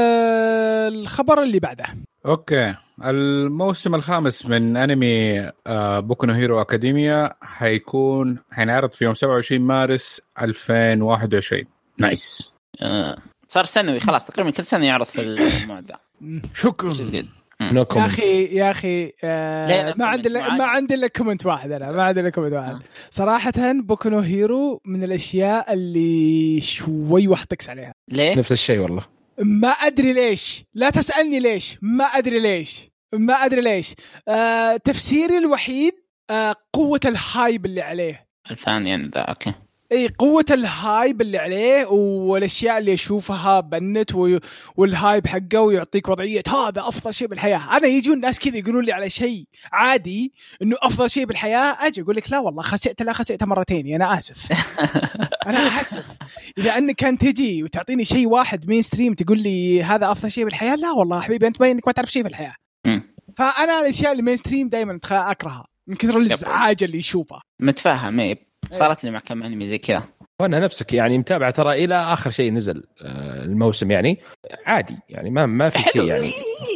Speaker 1: آه الخبر اللي بعده
Speaker 4: اوكي الموسم الخامس من انمي آه بوكو نو هيرو اكاديميا حيكون حينعرض في يوم سبعة وعشرين مارس ألفين وواحد وعشرين. نايس.
Speaker 3: آه صار سنوي خلاص تقريبا كل سنه يعرض في الموعد ده.
Speaker 4: شكرا
Speaker 1: يا اخي يا اخي آه ما عندي ما عندي الا كومنت واحد. انا ما عندي الا كومنت واحد صراحه. بوكو نو هيرو من الاشياء اللي شوي وحطكس عليها.
Speaker 3: ليه
Speaker 2: نفس الشيء والله
Speaker 1: ما ادري ليش. لا تسالني ليش ما ادري ليش ما ادري ليش آه تفسيري الوحيد آه قوه الهايب اللي عليه
Speaker 3: الفان يعني ذا. اوكي
Speaker 1: اي قوة الهايب اللي عليه والاشياء اللي اشوفها بالنت والهايب حقه ويعطيك وضعية هذا افضل شيء بالحياة. انا يجون ناس كذا يقولون لي على شيء عادي انه افضل شيء بالحياة اجي اقول لك لا والله خسئت لا خسئت مرتين انا اسف. انا اسف اذا انك كان تجي وتعطيني شيء واحد مين ستريم تقول لي هذا افضل شيء بالحياة. لا والله حبيبي انت باين انك ما تعرف شيء في الحياة. فانا الاشياء اللي مين ستريم دائما اكرهها من كثر الازعاج اللي يشوفها.
Speaker 3: متفاهم ايه صارت لي مع كم انمي زي كذا.
Speaker 2: وانا نفسك يعني متابع ترى الى اخر شيء نزل الموسم يعني عادي يعني ما ما في شيء يعني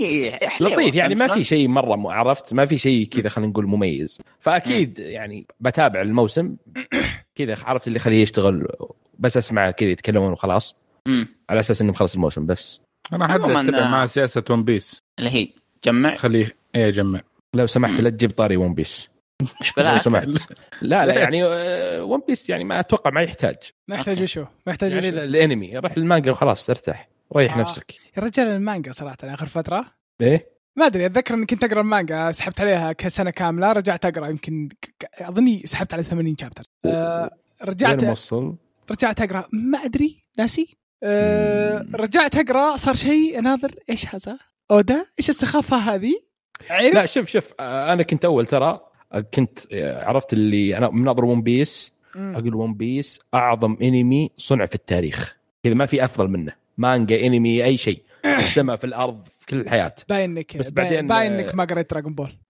Speaker 2: لطيف يعني ما في شيء مره عرفت ما في شيء كذا خلينا نقول مميز. فاكيد يعني بتابع الموسم كذا عرفت اللي خليه يشتغل بس اسمع كذا يتكلمون وخلاص على اساس انه مخلص الموسم. بس
Speaker 4: انا احب اتبع مع سياسه ون بيس
Speaker 3: اللي هي جمع
Speaker 4: خليه ايه جمع.
Speaker 2: لو سمحت لا تجيب طاري ون بيس
Speaker 3: مش بلا
Speaker 2: سمعت. لا لا يعني ون بيس يعني ما اتوقع ما يحتاج
Speaker 1: ما يحتاج وشو ما يحتاج
Speaker 2: يعني الانمي روح المانجا وخلاص ترتاح ريح آه. نفسك
Speaker 1: يا رجال. المانجا صراحه اخر فتره
Speaker 2: ايه
Speaker 1: ما ادري اتذكر اني كنت اقرا المانجا سحبت عليها كسنه كامله رجعت اقرا يمكن اظني سحبت على ثمانين شابتر آه رجعت
Speaker 2: موصل.
Speaker 1: رجعت اقرا ما ادري ناسي آه رجعت اقرا صار شيء اناظر ايش هذا اودا ايش السخافه هذه.
Speaker 2: لا شوف شوف انا كنت اول ترى كنت عرفت اللي انا مناظر ون بيس اقول ون بيس اعظم انمي صنع في التاريخ كذا ما في افضل منه مانجا انمي اي شيء في السماء في الارض في كل الحياه.
Speaker 1: باينك بس بعدين باينك ما قريت دراغون بول.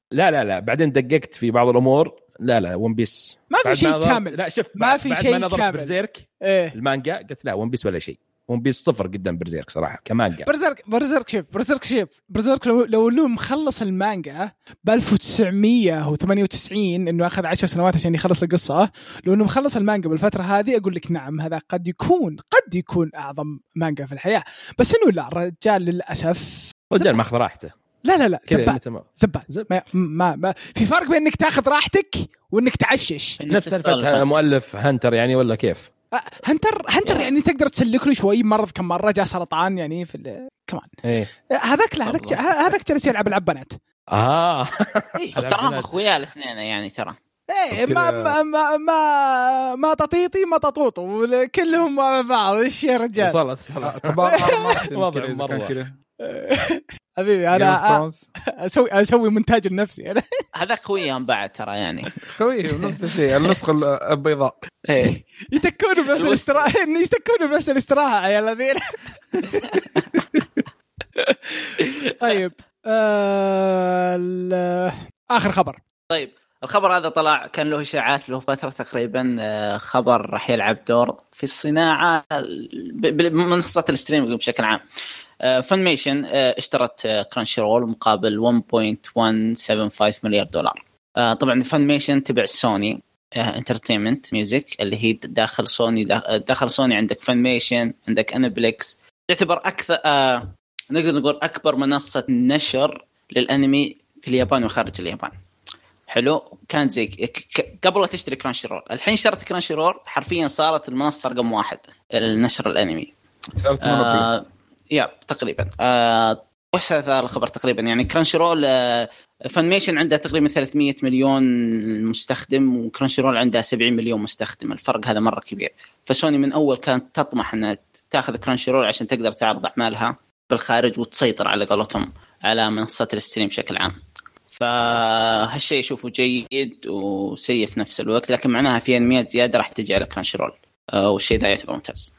Speaker 2: لا لا لا بعدين دققت في بعض الامور. لا لا ون بيس
Speaker 1: ما في شيء كامل.
Speaker 2: لا شوف
Speaker 1: ما في شيء كامل.
Speaker 2: برزيرك
Speaker 1: إيه؟
Speaker 2: المانجا قلت لا ون بيس ولا شيء. ون بيس صفر قدام برزيرك صراحه كمانجا.
Speaker 1: برزيرك برزيرك شوف برزيرك شوف برزيرك لو لو له مخلص المانجا ب ألف وتسعمية وثمانية وتسعين انه اخذ عشر سنوات عشان يخلص القصه. لو انه مخلص المانجا بالفتره هذه اقول لك نعم هذا قد يكون قد يكون اعظم مانجا في الحياه. بس انه لا الرجال للاسف
Speaker 2: رجال ماخذ راحته.
Speaker 1: لا لا لا زبال زبال
Speaker 2: زب.
Speaker 1: ما, ما, ما في فرق بين انك تاخذ راحتك وانك تعشش.
Speaker 2: نفس الفتح مؤلف هنتر يعني ولا كيف؟
Speaker 1: هنتر هنتر يعني تقدر تسلك له شوي مرض كم مره جاء سرطان يعني في كمان
Speaker 2: ايه
Speaker 1: هذاك لا هذاك هذاك جالس يلعب العب بنات
Speaker 2: اه
Speaker 3: إيه. ترى اخويا الاثنين يعني ترى
Speaker 1: ايه ما ما ما ما, ما تطيطي ما تطوطو كلهم مع بعض. ايش يا رجال
Speaker 2: وصلت
Speaker 4: وضع مره كذا
Speaker 1: حبيبي انا اسوي اسوي مونتاج لنفسي انا.
Speaker 3: هذا خويهم بعد ترى يعني
Speaker 4: خوي نفس الشيء النسخه البيضاء
Speaker 3: ايه
Speaker 1: يتكونوا بنفس الاستراحه يتكونوا بنفس الاستراحه يا الذين. طيب آه اخر خبر.
Speaker 3: طيب الخبر هذا طلع كان له اشاعات له فتره تقريبا. خبر راح يلعب دور في الصناعه بمنصه الستريم بشكل عام. فانميشن اشترت كرانشي رول مقابل واحد فاصلة واحد سبعة خمسة مليار دولار. طبعا فانميشن تبع سوني انترتينمنت ميوزك اللي هي داخل سوني. داخل سوني عندك فانميشن عندك انبليكس تعتبر اكثر آه نقدر نقول اكبر منصه نشر للانمي في اليابان وخارج اليابان. حلو كانت زي قبل لا تشتري كرانشي رول. الحين اشترت كرانشي رول حرفيا صارت المنصه رقم واحد للنشر الانمي.
Speaker 4: صارت آه
Speaker 3: يا تقريبا آه وش هذا الخبر تقريبا يعني كرانشي رول آه فانميشن عندها تقريبا ثلاثمية مليون مستخدم وكرانشي رول عندها سبعين مليون مستخدم. الفرق هذا مرة كبير. فسوني من أول كانت تطمح أنها تأخذ كرانشي رول عشان تقدر تعرض أعمالها بالخارج وتسيطر على قولتهم على منصات الستريم بشكل عام. فهالشيء يشوفه جيد وسيء في نفس الوقت لكن معناها في أنميات زيادة راح تجي على كرانشي رول آه والشيء ذا يعتبر ممتاز.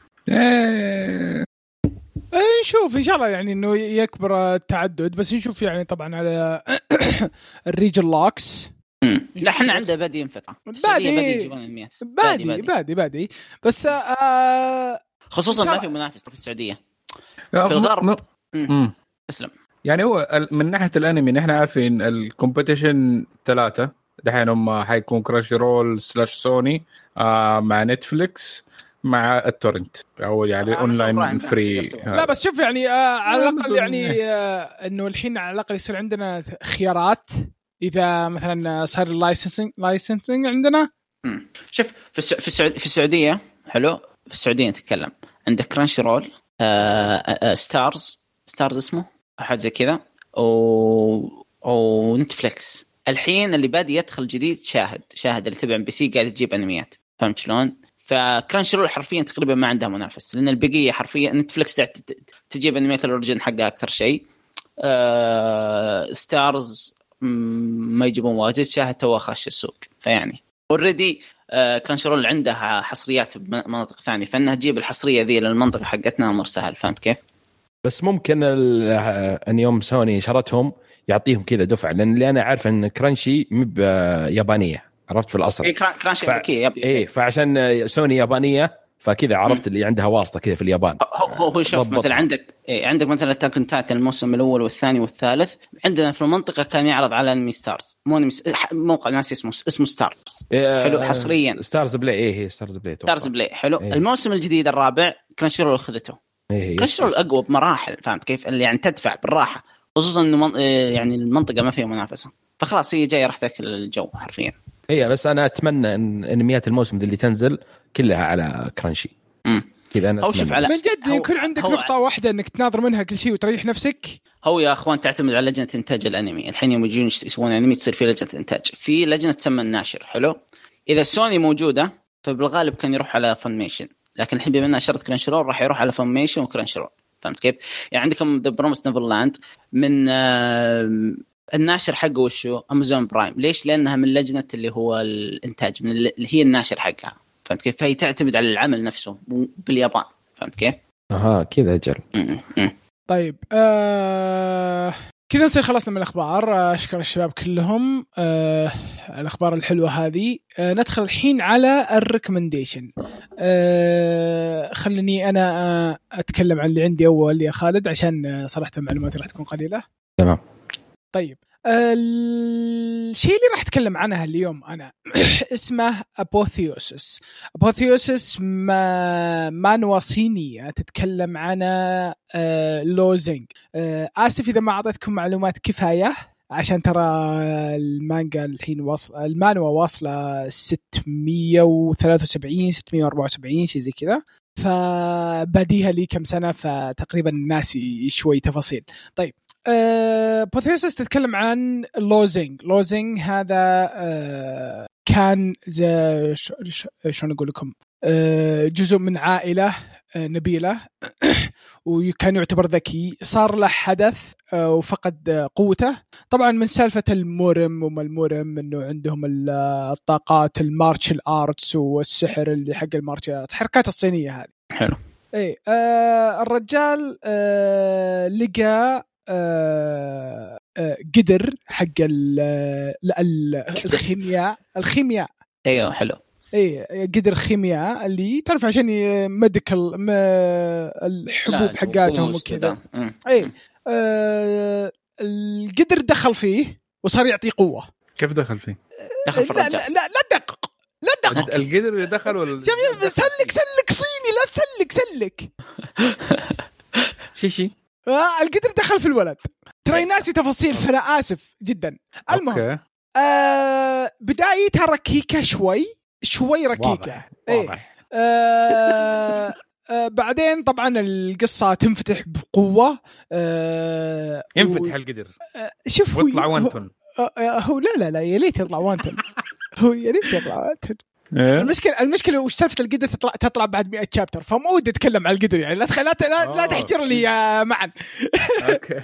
Speaker 1: نشوف إن شاء الله يعني إنه يكبر التعدد. بس نشوف يعني طبعا على الريجل لوكس.
Speaker 3: لا احنا عندنا بادي ينفتح
Speaker 1: بادي بادي بادي بادي بادي بس آه
Speaker 3: خصوصا ما في منافس في السعودية في الغرب. اسلم
Speaker 4: يعني هو من ناحية الأنمي نحن عارفين الكومبيتيشن ثلاثة دحين هم حيكون كرانشي رول سلاش سوني آه مع نتفليكس مع التورنت أو يعني أونلاين فري.
Speaker 1: لا بس شوف يعني آه على الأقل يعني آه إنه الحين على الأقل يصير عندنا خيارات إذا مثلا صار اللايسنسنج لايسنسنج عندنا.
Speaker 3: مم. شوف في السع... في, السعود... في السعودية حلو في السعودية نتكلم عندك كرانشي رول آه آه ستارز ستارز اسمه أحد زي كذا و... ونتفليكس. الحين اللي بادي يدخل جديد شاهد شاهد اللي تبع ام بي سي قاعد تجيب أنميات فهمت شلون. فكرانشي رول حرفيا تقريبا ما عندها منافس لأن البقية حرفيا نتفليكس تجيب أنميات الأوريجين حقها أكثر شيء. آه ستارز ما يجيبون واجد شاهد توا خش السوق. فيعني اوريدي آه كرانشي رول عندها حصريات بمناطق ثانية فإنها تجيب الحصرية ذي للمنطقة حقتنا أمر سهل فهمت كيف.
Speaker 2: بس ممكن أن يوم سوني شرتهم يعطيهم كذا دفع لأن اللي أنا عارف أن كرانشي مب يابانية عرفت في الأصل.
Speaker 3: إيه كرانشي ف...
Speaker 2: أمريكية. إيه فعشان سوني يابانية فكذا عرفت اللي عندها واسطة كذا في اليابان.
Speaker 3: هو هو شوف مثلا عندك إيه عندك مثلا تاكن تاتا الموسم الأول والثاني والثالث عندنا في المنطقة كان يعرض على أنمي ستارز مو موقع ناس اسمه اسمه ستارز
Speaker 2: إيه
Speaker 3: حلو حصريا
Speaker 2: ستارز بلاي. إيه هي ستارز بلاي
Speaker 3: ستارز بلاي حلو.
Speaker 2: إيه.
Speaker 3: الموسم الجديد الرابع كرانشي رول أخذته.
Speaker 2: إيه
Speaker 3: كرانشي رول أقوى بمراحل فهمت كيف اللي يعني تدفع بالراحة خصوصا إنه من... يعني المنطقة ما فيها منافسة فخلاص هي جاية راح تاكل الجو حرفيا.
Speaker 2: هي بس أنا أتمنى إن أنميات الموسم اللي تنزل كلها على كرانشي كذا. أنا
Speaker 3: أو شوف على
Speaker 1: من جد يكون عندك نقطة واحدة إنك تناظر منها كل شيء وتريح نفسك.
Speaker 3: هو يا أخوان تعتمد على لجنة إنتاج الأنمي. الحين يوم يجون يسوون أنمي تصير في لجنة إنتاج في لجنة تسمى الناشر حلو. إذا سوني موجودة فبالغالب كان يروح على فانميشن لكن الحين بما أنها شرط كرانشي رول راح يروح على فانميشن وكرانشي رول فهمت كيف. يعني عندكم The Promised Neverland من آه الناشر حقه وشو أمازون برايم. ليش؟ لأنها من لجنة اللي هو الإنتاج من اللي هي الناشر حقها فهمت كيف. فهي تعتمد على العمل نفسه باليابان فهمت كيف.
Speaker 2: اها كذا اجل.
Speaker 1: طيب آه... كذا نصير خلصنا من الأخبار. أشكر الشباب كلهم آه الأخبار الحلوة هذه. آه ندخل الحين على الريكومنديشن. آه خلني أنا آه أتكلم عن اللي عندي أول يا خالد، عشان صراحة معلوماتي راح تكون قليلة.
Speaker 2: تمام.
Speaker 1: طيب الشيء اللي راح أتكلم عنها اليوم أنا اسمه أبوثيوسس. أبوثيوسس ما مانوا صينية تتكلم عن آه لوزينج. آه آسف إذا ما أعطيتكم معلومات كفاية، عشان ترى المانجا الحين وصل المانوا واصلة ستمية وثلاثة وسبعين ستمية وأربعة وسبعين شيء زي كذا، فباديها لي كم سنة فتقريبا ناسي شوي تفاصيل. طيب أه بوثيوسس تتكلم عن لوزينج. لوزينج هذا أه كان زي شلون أقول لكم أه جزء من عائلة أه نبيلة وكان يعتبر ذكي. صار له حدث أه وفقد قوته، طبعا من سالفة المورم وما المورم انه عندهم الطاقات المارشال آرتس والسحر اللي حق المارشال آرتس، حركات الصينية هذه.
Speaker 3: حلو.
Speaker 1: اي أه الرجال أه لقى آه آه قدر حق الخيمياء الخيمياء
Speaker 3: ايوه حلو.
Speaker 1: اي قدر خيمياء اللي تعرف عشان ميديكال الحبوب حقاتهم وكذا. اي آه القدر دخل فيه وصار يعطي قوة.
Speaker 4: كيف دخل فيه؟
Speaker 3: دخل في الرجال.
Speaker 1: لا لا لا دقق لا دقق
Speaker 4: القدر دخل ولا
Speaker 1: سلك سلك صيني لا سلك سلك
Speaker 4: شيشي
Speaker 1: آه القدر دخل في الولد. ترى ناسي تفاصيل فأنا آسف جدا. المهم آه بدايتها ركيكة شوي شوي ركيكة.
Speaker 4: واضح.
Speaker 1: ايه
Speaker 4: واضح.
Speaker 1: آه آه بعدين طبعا القصة تنفتح بقوة. آه
Speaker 4: ينفتح و... القدر
Speaker 1: آه شوف
Speaker 4: ويطلع وانتون.
Speaker 1: آه آه هو لا لا لا يا ليت يطلع وانتون هو يا ليت يطلع وانتون. المشكلة المشكلة وش سالفة القدر تطلع تطلع بعد مئة شابتر، فمو ودي أتكلم عن القدر يعني. لا لا لا, لا تحجر لي يا معن.
Speaker 4: أوكي.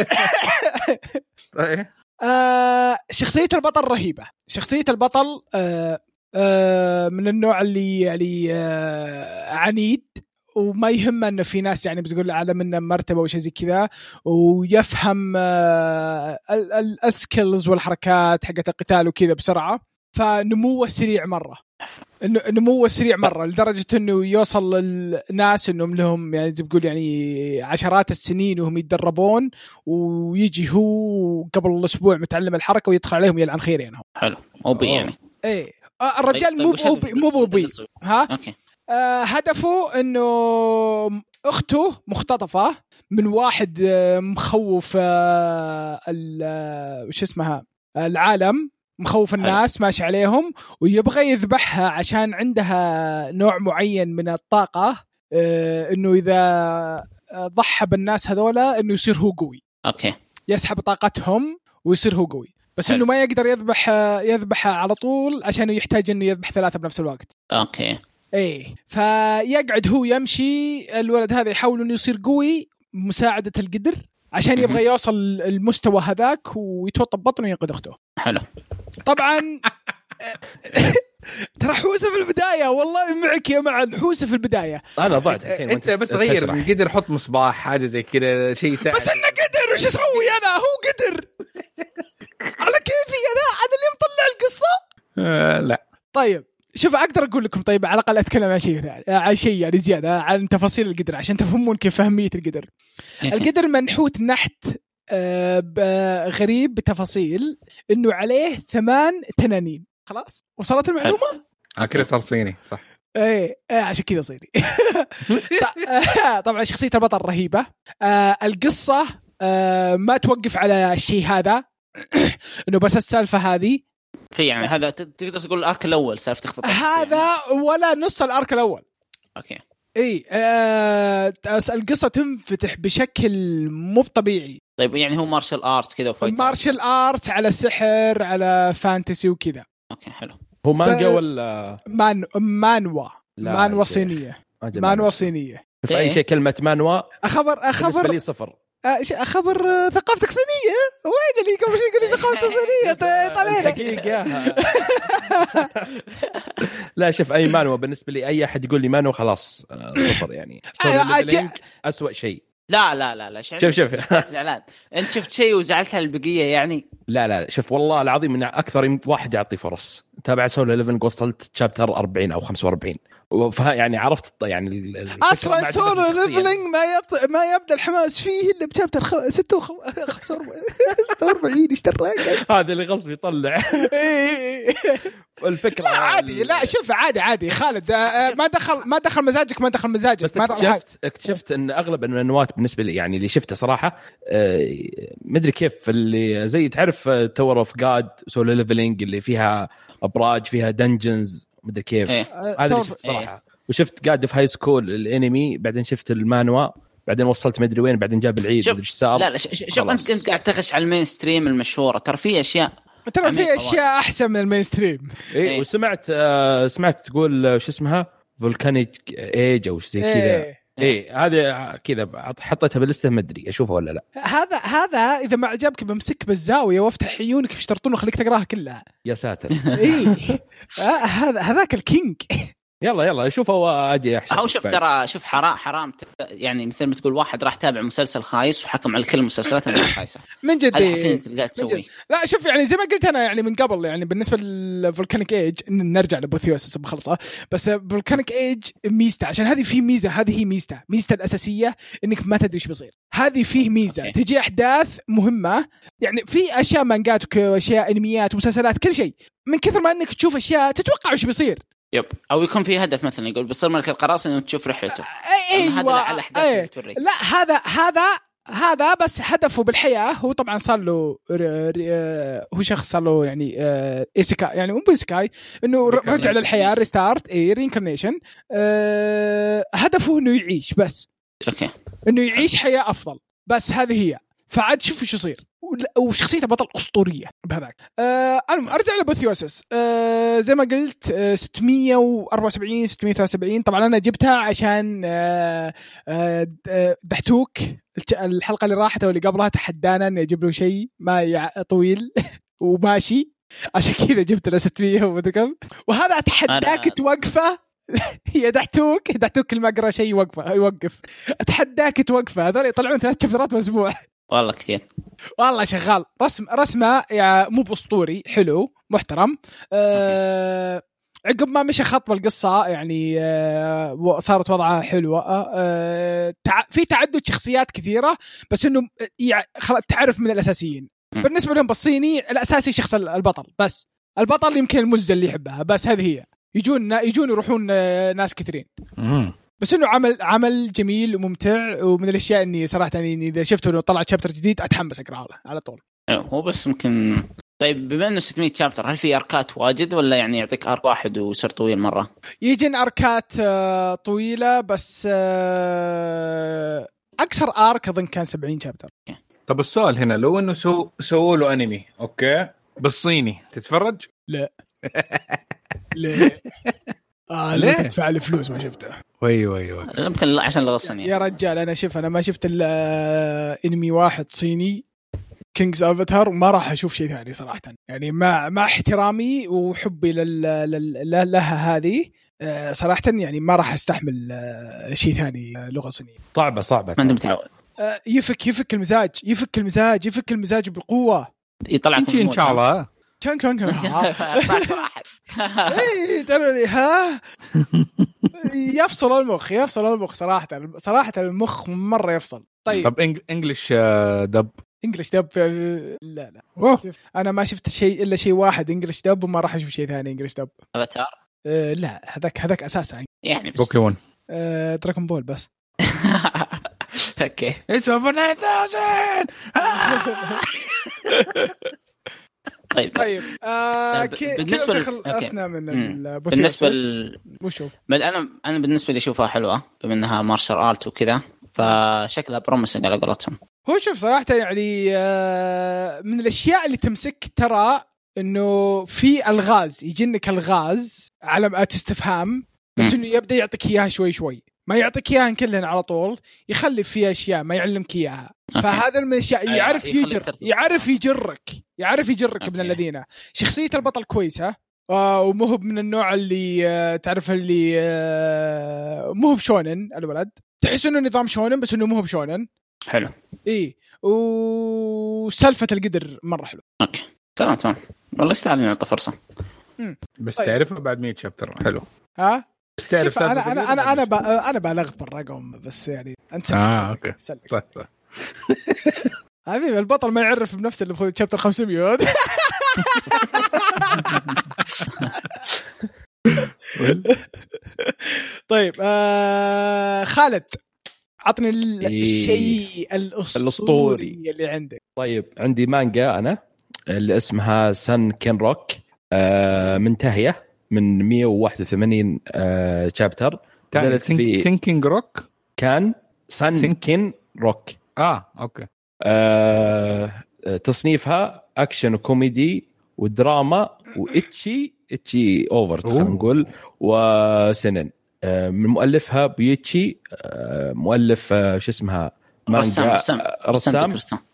Speaker 4: طيب.
Speaker 1: آه شخصية البطل رهيبة. شخصية البطل آه آه من النوع اللي يعني آه عنيد، وما يهمه انه في ناس يعني بتقول اعلى منه مرتبه وشيء زي كذا، ويفهم آه السكيلز والحركات حقت القتال وكذا بسرعه. فنموه سريع مره، نموه سريع مره لدرجه انه يوصل الناس انهم لهم يعني زي بقول يعني عشرات السنين وهم يتدربون، ويجي هو قبل الاسبوع متعلم الحركه ويدخل عليهم يلعن خير يعني.
Speaker 3: حلو مو بي يعني
Speaker 1: ايه الرجال مو بي مو بي ها
Speaker 3: اوكي.
Speaker 1: آه هدفه انه اخته مختطفه من واحد مخوف آه وش اسمها العالم، مخوف الناس ماشي عليهم، ويبغى يذبحها عشان عندها نوع معين من الطاقة آه انه اذا ضحى بالناس هذولا انه يصير هو قوي.
Speaker 3: اوكي.
Speaker 1: يسحب طاقتهم ويصير هو قوي، بس حلو. انه ما يقدر يذبح يذبحها على طول عشان يحتاج انه يذبح ثلاثة بنفس الوقت.
Speaker 3: اوكي.
Speaker 1: ايه فيقعد هو يمشي الولد هذا يحاول انه يصير قوي مساعدة القدر عشان يبغى يوصل المستوى هذاك ويتوطى ببطنه وينقذ اخته.
Speaker 3: حلو.
Speaker 1: طبعا ترى حوسه في البدايه والله معك يا معن، حوسه في البدايه.
Speaker 2: انا ضعت الحين.
Speaker 4: انت بس غير القدر، حط مصباح حاجه زي كذا شيء يساعد.
Speaker 1: بس انه قدر وش اسوي انا؟ هو قدر على كيفي انا، هذا اللي مطلع القصه.
Speaker 4: آه لا
Speaker 1: طيب شوف اقدر اقول لكم طيب على الاقل اتكلم عن شيء ثاني، عن شيء يعني زياده عن تفاصيل القدر عشان تفهمون كيف اهميه القدر. القدر منحوت نحت آه غريب بتفاصيل انه عليه ثمان تنانين. خلاص وصلت المعلومه؟
Speaker 4: اه كذا صار صيني صح.
Speaker 1: ايه آه عشان كذا صيني. طبعا شخصيه البطل رهيبه. آه القصه آه ما توقف على الشيء هذا انه بس السالفه هذه
Speaker 3: في يعني هذا تقدر تقول الارك الاول سالفه تخطط
Speaker 1: هذا يعني. ولا نص الارك الاول.
Speaker 3: اوكي.
Speaker 1: اي آه القصه تنفتح بشكل مو طبيعي.
Speaker 3: طيب يعني هو مارشال ارتس كذا وفايت
Speaker 1: مارشال ارتس على سحر على فانتسي وكذا.
Speaker 3: اوكي حلو.
Speaker 2: هو مانجا ولا
Speaker 1: مان مانوا مانوا صينيه مانوا صينيه
Speaker 2: في اي شيء كلمه مانوا
Speaker 1: اخبر اخبر
Speaker 2: بالنسبه لي صفر.
Speaker 1: أخبر ثقافتك صينية. وين اللي قبل شوي يقول لي ثقافتك صينية طلعنا
Speaker 2: حقيقة. لا شوف أي مانوا بالنسبة لي أي أحد يقول لي مانوا خلاص صفر يعني. أسوأ شيء.
Speaker 3: لا لا لا لا
Speaker 2: شوف شوف
Speaker 3: زعلان انت شفت شيء وزعلت على البقيه يعني.
Speaker 2: لا لا شوف والله العظيم من اكثر واحد يعطي فرص. تابعت سولو إحدى عشر وصلت شابتر أربعين او خمسة وأربعين يعني عرفت يعني
Speaker 1: اصلا سولو ليفلينج ما يط... ما يبدا الحماس فيه الا بشابتر خ... ستة وخمسة وأربعين ايش دراك
Speaker 2: هذا اللي غصب يطلع الفكره
Speaker 1: عادي. لا شوف عادي عادي خالد ما دخل ما دخل مزاجك ما دخل مزاجك.
Speaker 2: بس اكتشفت اكتشفت ان اغلب المنوات بالنسبه لي يعني اللي شفته صراحه ما ادري كيف اللي زي تعرف تاور اوف جاد سولو ليفلينج اللي فيها ابراج فيها دنجنز ما ادري كيف هذا اللي شفت صراحه. إيه. وشفت قاعد في هاي سكول الانمي بعدين شفت المانوا بعدين وصلت ما ادري وين بعدين جاب العيد ما ادري ايش صار.
Speaker 3: لا لا شوف انت كنت قاعد تخش على المين ستريم المشهوره ترى في اشياء
Speaker 1: ترى في اشياء احسن من المين ستريم.
Speaker 2: اي إيه. وسمعت آه سمعت تقول شو اسمها فولكانيك ايج او شيء كذا. إيه. ايه هذا كذا حطيتها باللسته ما ادري اشوفها ولا لا.
Speaker 1: هذا هذا اذا ما عجبك بمسك بالزاويه وافتح عيونك يشترطون وخليك تقراها كلها
Speaker 2: يا ساتر.
Speaker 1: ايه هذا هذاك الكينج.
Speaker 2: يلا يلا شوف هو اجي احسن.
Speaker 3: او شوف ترى شوف حرام حرام يعني مثل ما تقول واحد راح تابع مسلسل خايس وحكم على كل المسلسلات انها خايسه
Speaker 1: من جد.
Speaker 3: اللي تسوي
Speaker 1: لا شوف يعني زي ما قلت انا يعني من قبل يعني بالنسبه للفولكانيك ايج نرجع لبوثيوسس بخلصه بس فولكانيك ايج ميزته عشان هذه فيه ميزه هذه هي ميزته ميزته الاساسيه انك ما تدري ايش بيصير. هذه فيه ميزه أوكي. تجي احداث مهمه يعني في اشياء مانجات واشياء انميات ومسلسلات كل شيء من كثر ما انك تشوف اشياء تتوقع ايش بيصير.
Speaker 3: يب او يكون في هدف مثلا يقول بيصير ملك القراصنة انه تشوف رحلته.
Speaker 1: ايوه
Speaker 3: هذا على الاحداث
Speaker 1: أيه.
Speaker 3: اللي توريك.
Speaker 1: لا هذا هذا هذا بس هدفه بالحياه هو طبعا صار له هو شخص صار له يعني ايسكا يعني مو بيسكاي انه رجع للحياه ريستارت اي رينكارنيشن. هدفه انه يعيش بس
Speaker 3: اوكي
Speaker 1: انه يعيش حياه افضل بس هذه هي. فعاد شوف ايش يصير وشخصيته بطل أسطورية بهذاك. آه أنا أرجع لبوثيوسس. آه زي ما قلت آه ستمية وأربعة وسبعين ستمية وثلاثة وسبعين طبعا أنا جبتها عشان آه آه دحتوك الحلقة اللي راحت واللي قبلها تحدانا أن يجيب له شيء ما طويل وماشي عشان كذا جبت له ستمية ومدري كم. وهذا أتحداك توقفه يا دحتوك دحتوك كل ما أقرأ شيء يوقفه يوقف أتحداك توقفه. هذول يطلعون ثلاث شابترات بأسبوع
Speaker 3: والله كثير
Speaker 1: والله شغال. رسم رسمه يعني مو بأسطوري حلو محترم. أه عقب ما مشى خط بالقصة يعني أه صارت وضعها حلوة. أه في تعدد شخصيات كثيرة بس إنه يعني تعرف من الأساسيين. بالنسبة لهم بالصيني الأساسي شخص البطل بس البطل يمكن المزة اللي يحبها بس هذه هي. يجون يجون يروحون ناس كثيرين بس انه عمل عمل جميل وممتع ومن الاشياء اني صراحه يعني اذا شفته انه طلع شابتر جديد اتحمس اقراه له على طول.
Speaker 3: هو بس ممكن طيب بما انه ستمية شابتر هل في اركات واجد ولا يعني يعطيك ارك واحد ويصير طويل مره؟
Speaker 1: يجين اركات طويله بس اكثر ارك اظن كان سبعين شابتر.
Speaker 4: طب السؤال هنا لو انه سو سووا له انمي اوكي بالصيني تتفرج؟
Speaker 1: لا لا آه ليه تدفع لي فلوس ما شفته.
Speaker 4: وي وي وي
Speaker 3: يمكن عشان اللغة الصينية
Speaker 1: يا رجال. أنا شوف أنا ما شفت إلا إنمي واحد صيني كينجز أفاتار ما راح أشوف شيء ثاني صراحة يعني مع مع احترامي وحبي لل لل لها هذه صراحة يعني ما راح أستحمل شيء ثاني لغة صينية
Speaker 2: صعبة صعبة
Speaker 3: ما أنت متعود.
Speaker 1: يفك يفك المزاج يفك المزاج يفك المزاج بقوة
Speaker 3: يطلع
Speaker 4: إن شاء الله.
Speaker 1: كان كان كان ايه ترى ها يفصل المخ يفصل المخ صراحه صراحه المخ مره يفصل. طيب
Speaker 4: طب انجلش دب
Speaker 1: انجلش دب لا لا انا ما شفت شيء الا شيء واحد انجلش دب وما راح اشوف شيء ثاني انجلش دب.
Speaker 3: افاتار
Speaker 1: أه لا هذاك هذاك اساسا
Speaker 3: يعني
Speaker 4: بوكيمون
Speaker 1: أه دراغون بول بس
Speaker 3: اوكي
Speaker 4: اتس اوفر تسعة آلاف.
Speaker 3: طيب
Speaker 1: طيب آه كي بالنسبه خلصنا من
Speaker 3: بالنسبه ل...
Speaker 1: وشو
Speaker 3: انا انا بالنسبه لي اشوفها حلوه بما انها مارشال ارت وكذا فشكلها بروميسنج على قولتهم.
Speaker 1: هو شوف صراحه يعني آه من الاشياء اللي تمسك ترى انه في الغاز يجينك الغاز علامات استفهام بس انه يبدا يعطيك اياها شوي شوي ما يعطيك اياها كلها على طول يخلي فيها اشياء ما يعلمك اياها. فهذا من الاشياء يعرف يجر يعرف يجرك يعرف يجرك أوكي. من الذين شخصيه البطل كويسه آه ومهب من النوع اللي آه تعرف اللي آه مهب شونن الولد تحس انه نظام شونن بس انه مو هو بشونن.
Speaker 3: حلو.
Speaker 1: ايه وسالفه القدر مره حلو.
Speaker 3: اوكي تمام تمام والله يستاهل نعطي فرصه.
Speaker 1: مم.
Speaker 4: بس
Speaker 1: طيب.
Speaker 4: تعرفه بعد مية شابتر حلو.
Speaker 1: ها
Speaker 4: بس تعرف
Speaker 1: انا انا انا انا, با... أنا بالغت بالرقم بس يعني انت
Speaker 4: اه اوكي
Speaker 1: طيب حبيبي البطل ما يعرف بنفسه اللي بخوي شابتر خمسمية. طيب آه خالد عطني الشيء الأسطوري اللي عندك.
Speaker 2: طيب عندي مانجا أنا اللي اسمها سان كين روك، آه منتهية من مية وواحد وثمانين آه شابتر.
Speaker 4: نزلت في سينكينج روك
Speaker 2: كان سان كين روك.
Speaker 4: اه اوكي.
Speaker 2: آه تصنيفها أكشن وكوميدي ودراما وإتشي إتشي أوفر خلينا نقول وسنن. من مؤلفها بيتشي، مؤلف شو اسمها
Speaker 3: مانجا
Speaker 2: رسام رسام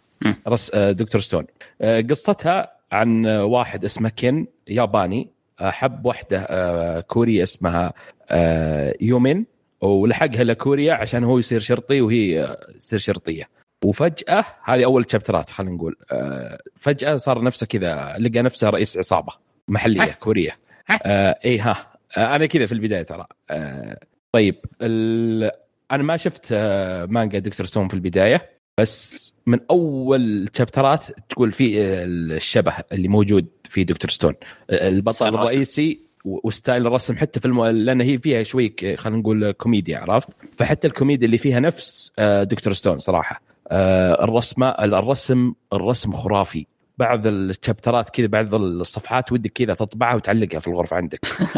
Speaker 2: رس دكتور ستون. قصتها عن واحد اسمه كين ياباني حب واحدة كورية اسمها يومين ولحقها لكوريا عشان هو يصير شرطي وهي تصير شرطية. وفجأة هذه أول شابترات خلينا نقول فجأة صار نفسه كذا لقى نفسه رئيس عصابة محلية كورية. آه إيه ها آه أنا كذا في البداية ترى. آه طيب أنا ما شفت آه مانجا دكتور ستون في البداية بس من أول شابترات تقول في الشبه اللي موجود في دكتور ستون. البطل الرئيسي وستايل الرسم حتى في الم... لأن هي فيها شوي خلينا نقول كوميديا عرفت، فحتى الكوميديا اللي فيها نفس آه دكتور ستون صراحة. آه الرسم الرسم الرسم خرافي. بعض الشابترات كذا بعض الصفحات ودك كذا تطبعها وتعلقها في الغرفة عندك.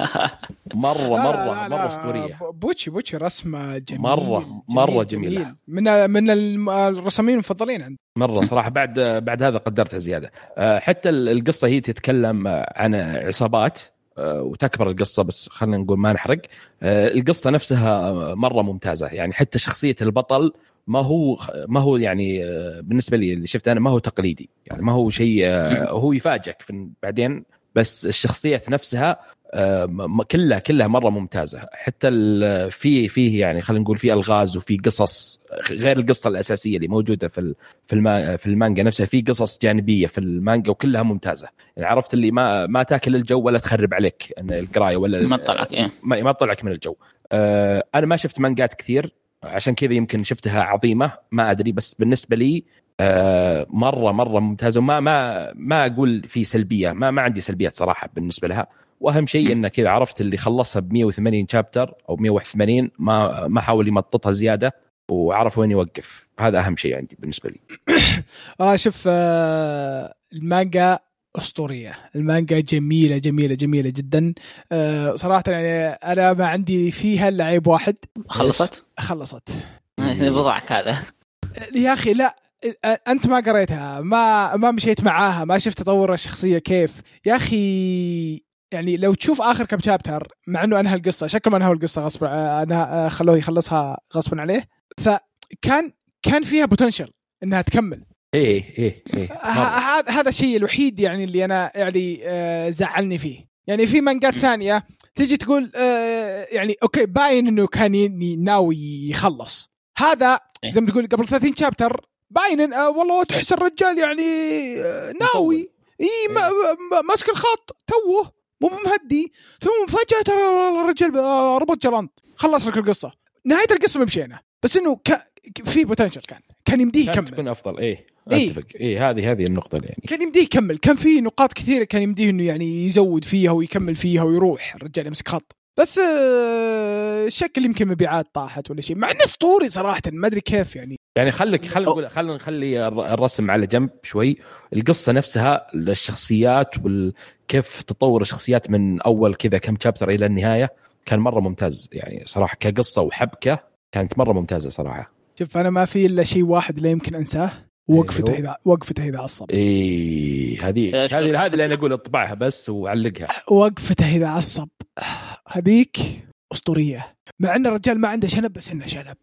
Speaker 2: مرة مرة لا لا مرة أسطورية.
Speaker 1: بوتشي بوتشي رسمة جميل
Speaker 2: مرة مرة
Speaker 1: جميل
Speaker 2: جميلة
Speaker 1: جميل. من من الرسامين المفضلين عندي
Speaker 2: مرة صراحة. بعد بعد هذا قدرتها زيادة. حتى القصة هي تتكلم عن عصابات وتكبر القصة بس خلينا نقول ما نحرق. القصة نفسها مرة ممتازة يعني حتى شخصية البطل ما هو ما هو يعني بالنسبة لي اللي شفت أنا ما هو تقليدي يعني ما هو شيء هو يفاجئك في بعدين بس الشخصيات نفسها كلها كلها مرة ممتازة. حتى في فيه يعني خلينا نقول في ألغاز وفي قصص غير القصة الأساسية اللي موجودة في في في المانجا نفسها في قصص جانبية في المانجا وكلها ممتازة يعني عرفت اللي ما ما تاكل الجو ولا تخرب عليك أن القراية ولا
Speaker 3: ما تطلعك إيه
Speaker 2: ما ما تطلعك من الجو. أنا ما شفت مانجات كثير عشان كذا يمكن شفتها عظيمة ما أدري بس بالنسبة لي مرة مرة ممتازة وما ما ما أقول في سلبية ما ما عندي سلبيات صراحة بالنسبة لها. واهم شيء انه كذا عرفت اللي خلصها ب مية وثمانين شابتر او مية وواحد وثمانين ما ما حاول يمططها زياده وعرف وين يوقف. هذا اهم شيء عندي بالنسبه لي.
Speaker 1: والله شوف المانجا اسطوريه المانجا جميله جميله جميله جدا صراحه يعني انا ما عندي فيها الا عيب واحد.
Speaker 3: خلصت
Speaker 1: خلصت
Speaker 3: بضعك هذا
Speaker 1: يا اخي. لا انت ما قريتها ما ما مشيت معاها ما شفت تطور الشخصيه كيف يا اخي. يعني لو تشوف آخر كم شابتر مع إنه أنهى القصة شكل ما أنهى القصة غصب أنها خلوه يخلصها غصبا عليه فكان كان فيها بوتنشل إنها تكمل.
Speaker 2: إيه إيه إيه
Speaker 1: هذا هذا الشيء الوحيد يعني اللي أنا يعني آه زعلني فيه. يعني في مانجات ثانية تيجي تقول آه يعني أوكي باين إنه كان ناوي يخلص هذا زي ما تقول قبل ثلاثين شابتر باين آه والله تحس الرجال يعني آه ناوي إيه ما ماسك الخط توه مو مهدي ثم فجأة ترى الرجال ربط جلانت خلص لك القصة نهاية القصة ممشينا بس إنه ك... في بوتنشل كان كان يمديه يكمل
Speaker 2: تكون أفضل. إيه أتفق. إيه, إيه هذه هذه النقطة يعني
Speaker 1: كان يمديه يكمل كان في نقاط كثيرة كان يمديه إنه يعني يزود فيها ويكمل فيها ويروح الرجال يمسك خط بس الشكل يمكن مبيعات طاحت ولا شيء مع إنه أسطوري صراحة ما أدري كيف يعني
Speaker 2: يعني خلك خلينا نقول خلينا نخلي الرسم على جنب شوي. القصة نفسها الشخصيات وكيف تطور الشخصيات من أول كذا كم شابتر إلى النهاية كان مرة ممتاز يعني صراحة كقصة وحبكة كانت مرة ممتازة صراحة.
Speaker 1: شوف أنا ما في إلا شيء واحد لا يمكن أنساه وقفته إذا وقفته إذا عصب.
Speaker 2: إيه هذه هذه هذه اللي أنا أقول اطبعها بس وعلقها.
Speaker 1: وقفته إذا عصب هذيك أسطورية مع أن الرجال ما عنده شنب بس إنه شنب.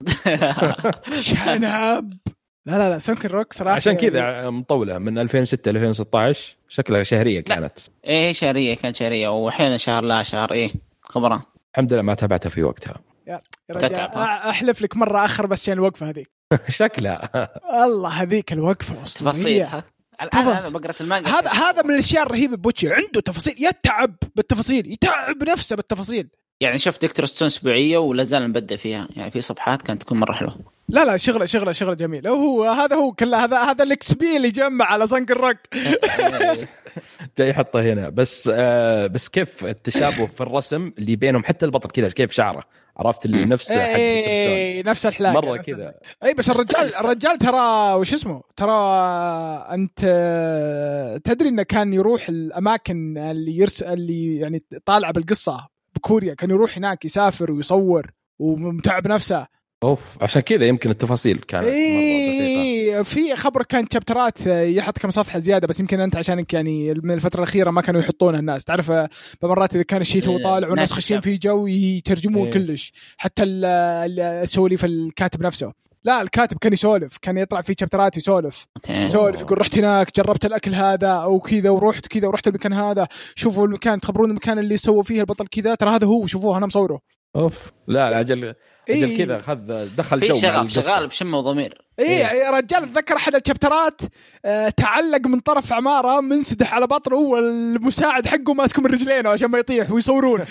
Speaker 1: شنب لا لا لا سونكن روك صراحة
Speaker 2: عشان كذا يعني مطولة من ألفين وستة ل ألفين وستة عشر شكلها شهرية كانت.
Speaker 3: إيه شهرية كانت شهرية وحين شهر لا شهر إيه خبرة.
Speaker 2: الحمد لله ما تابعتها في وقتها.
Speaker 1: يا رجال احلف لك مره اخر بس عشان الوقفه هذيك
Speaker 2: شكلها
Speaker 1: الله هذيك الوقفه
Speaker 3: تفاصيل. انا بقرا المانجا
Speaker 1: هذا هذا من الاشياء الرهيبه بوتشي، عنده تفاصيل، يتعب بالتفاصيل، يتعب نفسه بالتفاصيل.
Speaker 3: يعني شفت دكتور ستون اسبوعيه ولا زال مبدع فيها، يعني في صفحات كانت تكون مره حلوه.
Speaker 1: لا لا شغله شغله شغله جميله، وهو هذا هو كله هذا هذا الاكس بي اللي جمع على صنق الرق
Speaker 2: جاي يحطه هنا. بس آه بس كيف التشابه في الرسم اللي بينهم، حتى البطل كذا كيف شعره، عرفت اللي نفس حق
Speaker 1: ايه نفس الحلاقه
Speaker 2: مره كذا.
Speaker 1: اي بس الرجال الرجال ترى وش اسمه، ترى انت تدري انه كان يروح الاماكن اللي يرسل اللي يعني طالعه بالقصه بكوريا، كان يروح هناك يسافر ويصور ومتعب نفسه.
Speaker 2: اوف عشان كذا يمكن التفاصيل كانت
Speaker 1: إيه في خبر كان شابترات يحط كم صفحه زياده، بس يمكن انت عشانك يعني من الفتره الاخيره ما كانوا يحطونها الناس، تعرف بمرات اذا كان الشيء هو طالع والناس خشين في جو يترجموه إيه. كلش حتى السواليف الكاتب نفسه، لا الكاتب كان يسولف، كان يطلع في شابترات يسولف يسولف يقول رحت هناك جربت الاكل هذا او كذا ورحت كذا ورحت المكان هذا، شوفوا المكان تخبرون المكان اللي سووا فيه البطل كذا، ترى هذا هو شوفوه انا مصوره.
Speaker 2: اوف لا لا اجل اجل إيه. كذا خذ دخل جو
Speaker 3: شغال شغال بشمه وضمير.
Speaker 1: ايه يا رجال اتذكر احد الشابترات آه تعلق من طرف عماره منسدح على بطنه والمساعد حقه ماسكه من رجلينه عشان ما يطيح ويصورونه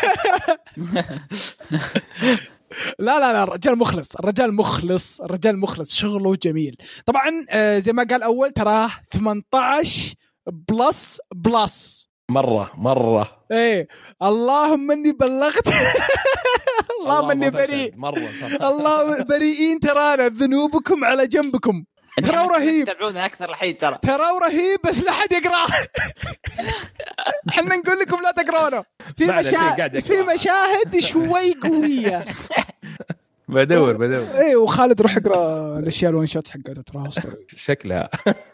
Speaker 1: لا لا لا الرجال مخلص، الرجال مخلص الرجال مخلص شغله جميل طبعا. آه زي ما قال اول تراه ثمانية عشر بلس بلس
Speaker 2: مرة مرة
Speaker 1: ايه اللهم اني بلغت اللهم اني بريء
Speaker 2: مرة
Speaker 1: الله بريئين ترانا ذنوبكم على جنبكم. ترى رهيب
Speaker 3: تتابعونا اكثر الحين ترى
Speaker 1: ترى رهيب بس لا حد يقراه احنا نقول لكم لا تقرونه في مشاهد في مشاهد شوي قوية
Speaker 4: بدور بدور
Speaker 1: ايه وخالد روح اقرا الاشياء الوان شوت حقته ترى
Speaker 2: شكلها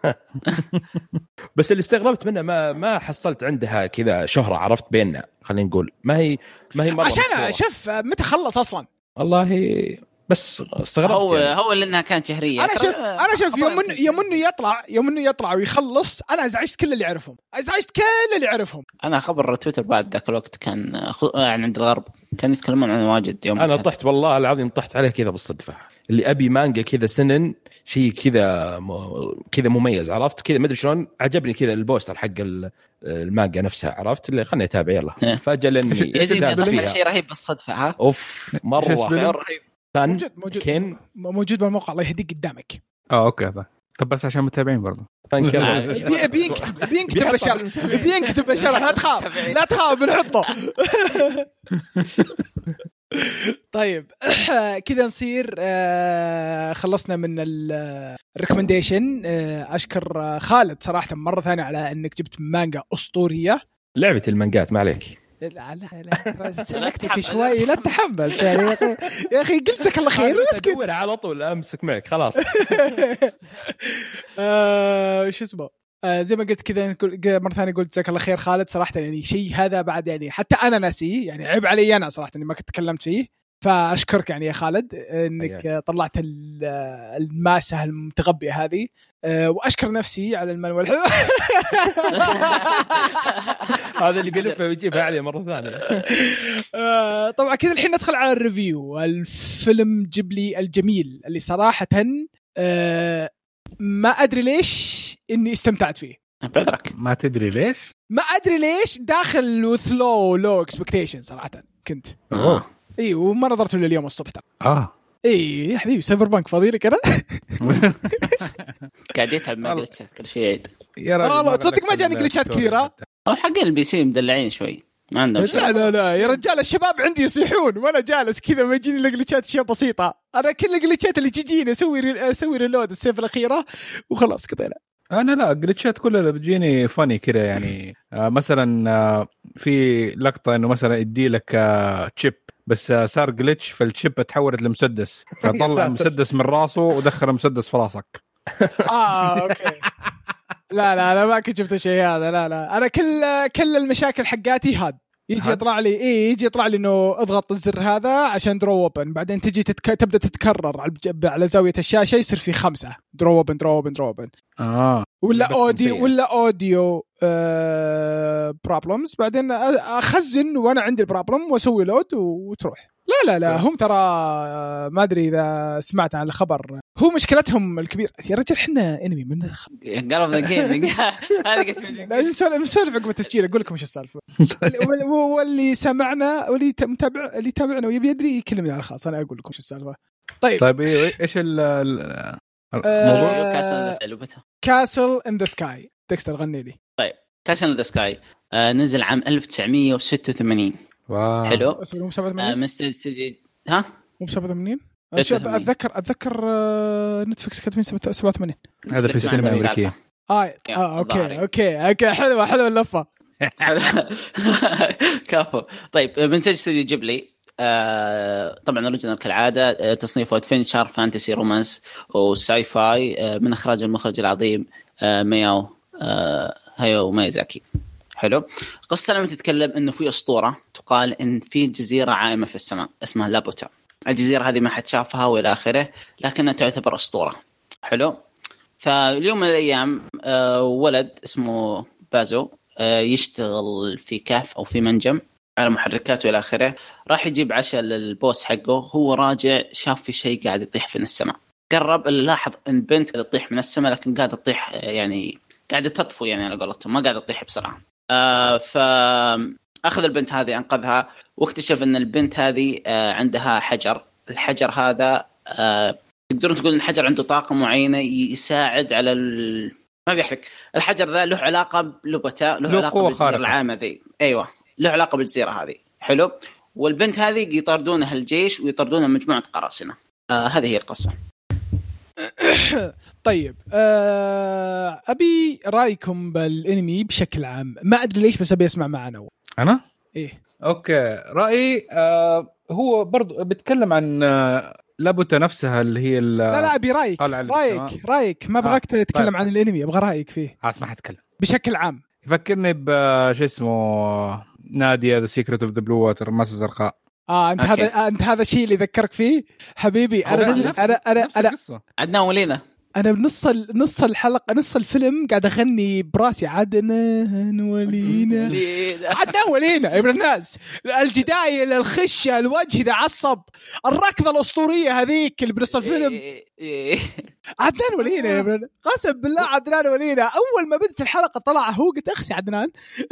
Speaker 2: بس اللي استغربت منها ما ما حصلت عندها كذا شهرة، عرفت بيننا خلينا نقول ما هي ما هي مرة
Speaker 1: عشان شوف متى خلص اصلا
Speaker 2: والله، بس استغربت
Speaker 3: هو
Speaker 2: يعني.
Speaker 3: هو لانها كانت شهريه.
Speaker 1: انا شوف انا شوف يوم انه يوم انه يطلع يوم انه يطلع ويخلص انا ازعجت كل اللي يعرفهم ازعجت كل اللي يعرفهم.
Speaker 3: انا خبر تويتر بعد ذاك الوقت كان يعني عند الغرب كانوا يتكلمون عنه واجد يوم
Speaker 2: انا طحت والله العظيم طحت عليه كذا بالصدفه، اللي ابي مانجا كذا سنن شيء كذا م... كذا مميز، عرفت كذا ما ادري شلون عجبني كذا البوستر حق المانجا نفسها، عرفت اللي خلني اتابع يلا فجاه لاني
Speaker 3: يزيد شيء رهيب بالصدفه. ها
Speaker 2: اوف مره
Speaker 3: رهيب
Speaker 2: كان
Speaker 1: موجود موجود,
Speaker 2: كين
Speaker 1: موجود بالموقع الله يهديك قدامك.
Speaker 4: اه اوكي طب بس عشان متابعين برضه
Speaker 1: بينكتب بينكتب بشر بينكتب بشر لا تخاف لا تخاف بنحطه طيب كذا نصير خلصنا من الريكومنديشن. اشكر خالد صراحه مره ثانيه على انك جبت مانجا اسطوريه.
Speaker 2: لعبه المانجات ما عليك
Speaker 1: لا لا لا سلكتك شوي لا تحمس يعني يا اخي يا اخي قلت لك الله خير واسكت
Speaker 2: ادور على طول امسك معك خلاص.
Speaker 1: وش اسمه زي ما قلت كذا مرة ثانية قلت جزاك الله خير خالد صراحة، يعني شيء هذا بعد يعني حتى أنا ناسيه، يعني عيب علي أنا صراحة إني ما كنت تكلمت فيه، فأشكرك يعني يا خالد إنك أيام. طلعت الماسة المتغبية هذه، وأشكر نفسي على المنوال
Speaker 2: هذا اللي بيلفه ويجيبها عليه مرة ثانية.
Speaker 1: طبعا كذا الحين ندخل على الريفيو الفيلم جيبلي الجميل اللي صراحة ما أدري ليش إني استمتعت فيه.
Speaker 3: بدرك
Speaker 4: ما تدري ليش؟
Speaker 1: ما أدري ليش داخل with low low expectation صراحة كنت.
Speaker 4: أوه.
Speaker 1: إيه وما نظرت له اليوم الصبح ترى.
Speaker 4: آه.
Speaker 1: إيه يا حبيبي سايبر بانك فاضي لي كده.
Speaker 3: قاعد يتعب مع جلتشات كل شيء عيد.
Speaker 1: يا راجل تصدق ما جاني جلتشات كثيرة.
Speaker 3: أو حق البي سي مدلعين شوي. ما عندهم
Speaker 1: شيء. لا لا لا يا رجال الشباب عندي يصيحون وانا جالس كذا ما يجيني الجلتشات اشياء بسيطه، انا كل الجلتشات اللي تجيني اسوي اسوي ريلود السيف الاخيره وخلاص قضينا.
Speaker 4: انا لا الجلتشات كلها اللي بتجيني فاني كذا يعني آه مثلا آه في لقطه انه مثلا يدي لك آه تشيب بس آه صار جلتش فالتشيب تحولت لمسدس فطلع مسدس من راسه ودخل مسدس في راسك.
Speaker 1: اه اوكي لا لا انا ما كنت شفت شيء هذا. لا لا انا كل كل المشاكل حقاتي هاد يجي يطلع لي ايه يجي يطلع لي انه اضغط الزر هذا عشان درو اوبن، بعدين تجي تتك... تبدا تتكرر على على زاويه الشاشه يصير في خمسه درو اوبن درو اوبن درو اوبن
Speaker 4: اه
Speaker 1: ولا اوديو ولا اوديو آه... بروبلمز، بعدين اخزن وانا عندي البروبلم واسوي لود وتروح. لا لا لا هم ترى ما ادري اذا سمعت عن الخبر، هو مشكلتهم الكبيره يا رجل احنا انمي من
Speaker 3: قالوا من جيمنج هذا قلت
Speaker 1: لا نسولف عقب التسجيل اقول لكم ايش السالفه. واللي سمعنا واللي متابع اللي تابعنا ويبي يدري يكلمني على الخاص، انا اقول لكم ايش السالفه. طيب
Speaker 4: طيب ايش الموضوع؟
Speaker 3: كاسل
Speaker 1: كاسل ان ذا سكاي. ديكستر غني لي.
Speaker 3: طيب كاسل ان ذا سكاي نزل عام ألف وتسعمية وستة وثمانين.
Speaker 4: واو
Speaker 3: حلو.
Speaker 1: مو سبعة وثمانين
Speaker 3: مستر استديو ها
Speaker 1: مو سبعة وثمانين اتذكر اتذكر نتفلكس كاتبين سبعة وثمانين.
Speaker 4: هذا في السينما الامريكيه.
Speaker 1: اه اه اوكي اوكي اوكي حلوه حلوه اللفه.
Speaker 3: كافو. طيب منتج استديو جيبلي. آه طبعا اوريجينال كالعاده. آه تصنيفه ادفنتشر فانتسي رومانس وساي فاي. آه من اخراج المخرج العظيم آه مياو آه هايو ميازاكي. حلو. قصة لما تتكلم انه في اسطورة تقال ان في جزيرة عائمة في السماء اسمها لابوتا. الجزيرة هذه ما حد شافها والى اخره، لكنها تعتبر اسطورة. حلو. فاليوم من الايام آه ولد اسمه بازو آه يشتغل في كهف او في منجم على محركات والى اخره، راح يجيب عشاء للبوس حقه. هو راجع شاف في شيء قاعد يطيح في السماء. قرب لاحظ ان بنت قاعدة تطيح من السماء، لكن قاعدة تطيح يعني قاعدة تطفو يعني على قولتهم، ما قاعدة تطيح بسرعة. آه فأخذ البنت هذه أنقذها، واكتشف أن البنت هذه آه عندها حجر. الحجر هذا آه تقدرون تقول الحجر عنده طاقة معينة يساعد على ال... ما بيحرق. الحجر ذا له علاقة بلبتا، له علاقة بالجزيرة العامة ذي. أيوة له علاقة بالجزيرة هذه. حلو. والبنت هذه يطردونها الجيش ويطردونها مجموعة قراصنة. آه هذه هي القصة.
Speaker 1: طيب آه أبي رأيكم بالأنمي بشكل عام. ما أدري ليش بس أبي أسمع معنا.
Speaker 4: أنا؟
Speaker 1: إيه
Speaker 4: أوكي رأيي آه هو برضو بيتكلم عن آه لابوتا نفسها اللي هي
Speaker 1: لا لا أبي رأيك رأيك رأيك ما أبغاك آه. تتكلم طيب. عن الأنمي أبغى رأيك فيه.
Speaker 4: أسمح أتكلم
Speaker 1: بشكل عام.
Speaker 4: يفكرني بشو اسمه نادية The Secret of the Blue Water الماس الزرقاء.
Speaker 1: اه انت أوكي. هذا انت هذا الشيء اللي ذكرك فيه حبيبي. انا
Speaker 4: نفس
Speaker 1: انا انا
Speaker 4: نفس
Speaker 1: انا
Speaker 3: عدنان ولينا.
Speaker 1: انا بنص نص الحلقه نص الفيلم قاعد اغني براسي عدنان ولينا عدنان ولينا يا ابن الناس. الجدايل الخشه الوجه ذا عصب الركضه الاسطوريه هذيك اللي بنص الفيلم عدنان ولينا يا ابن قسم بالله عدنان ولينا. اول ما بدت الحلقه طلع هو قلت اخسي عدنان.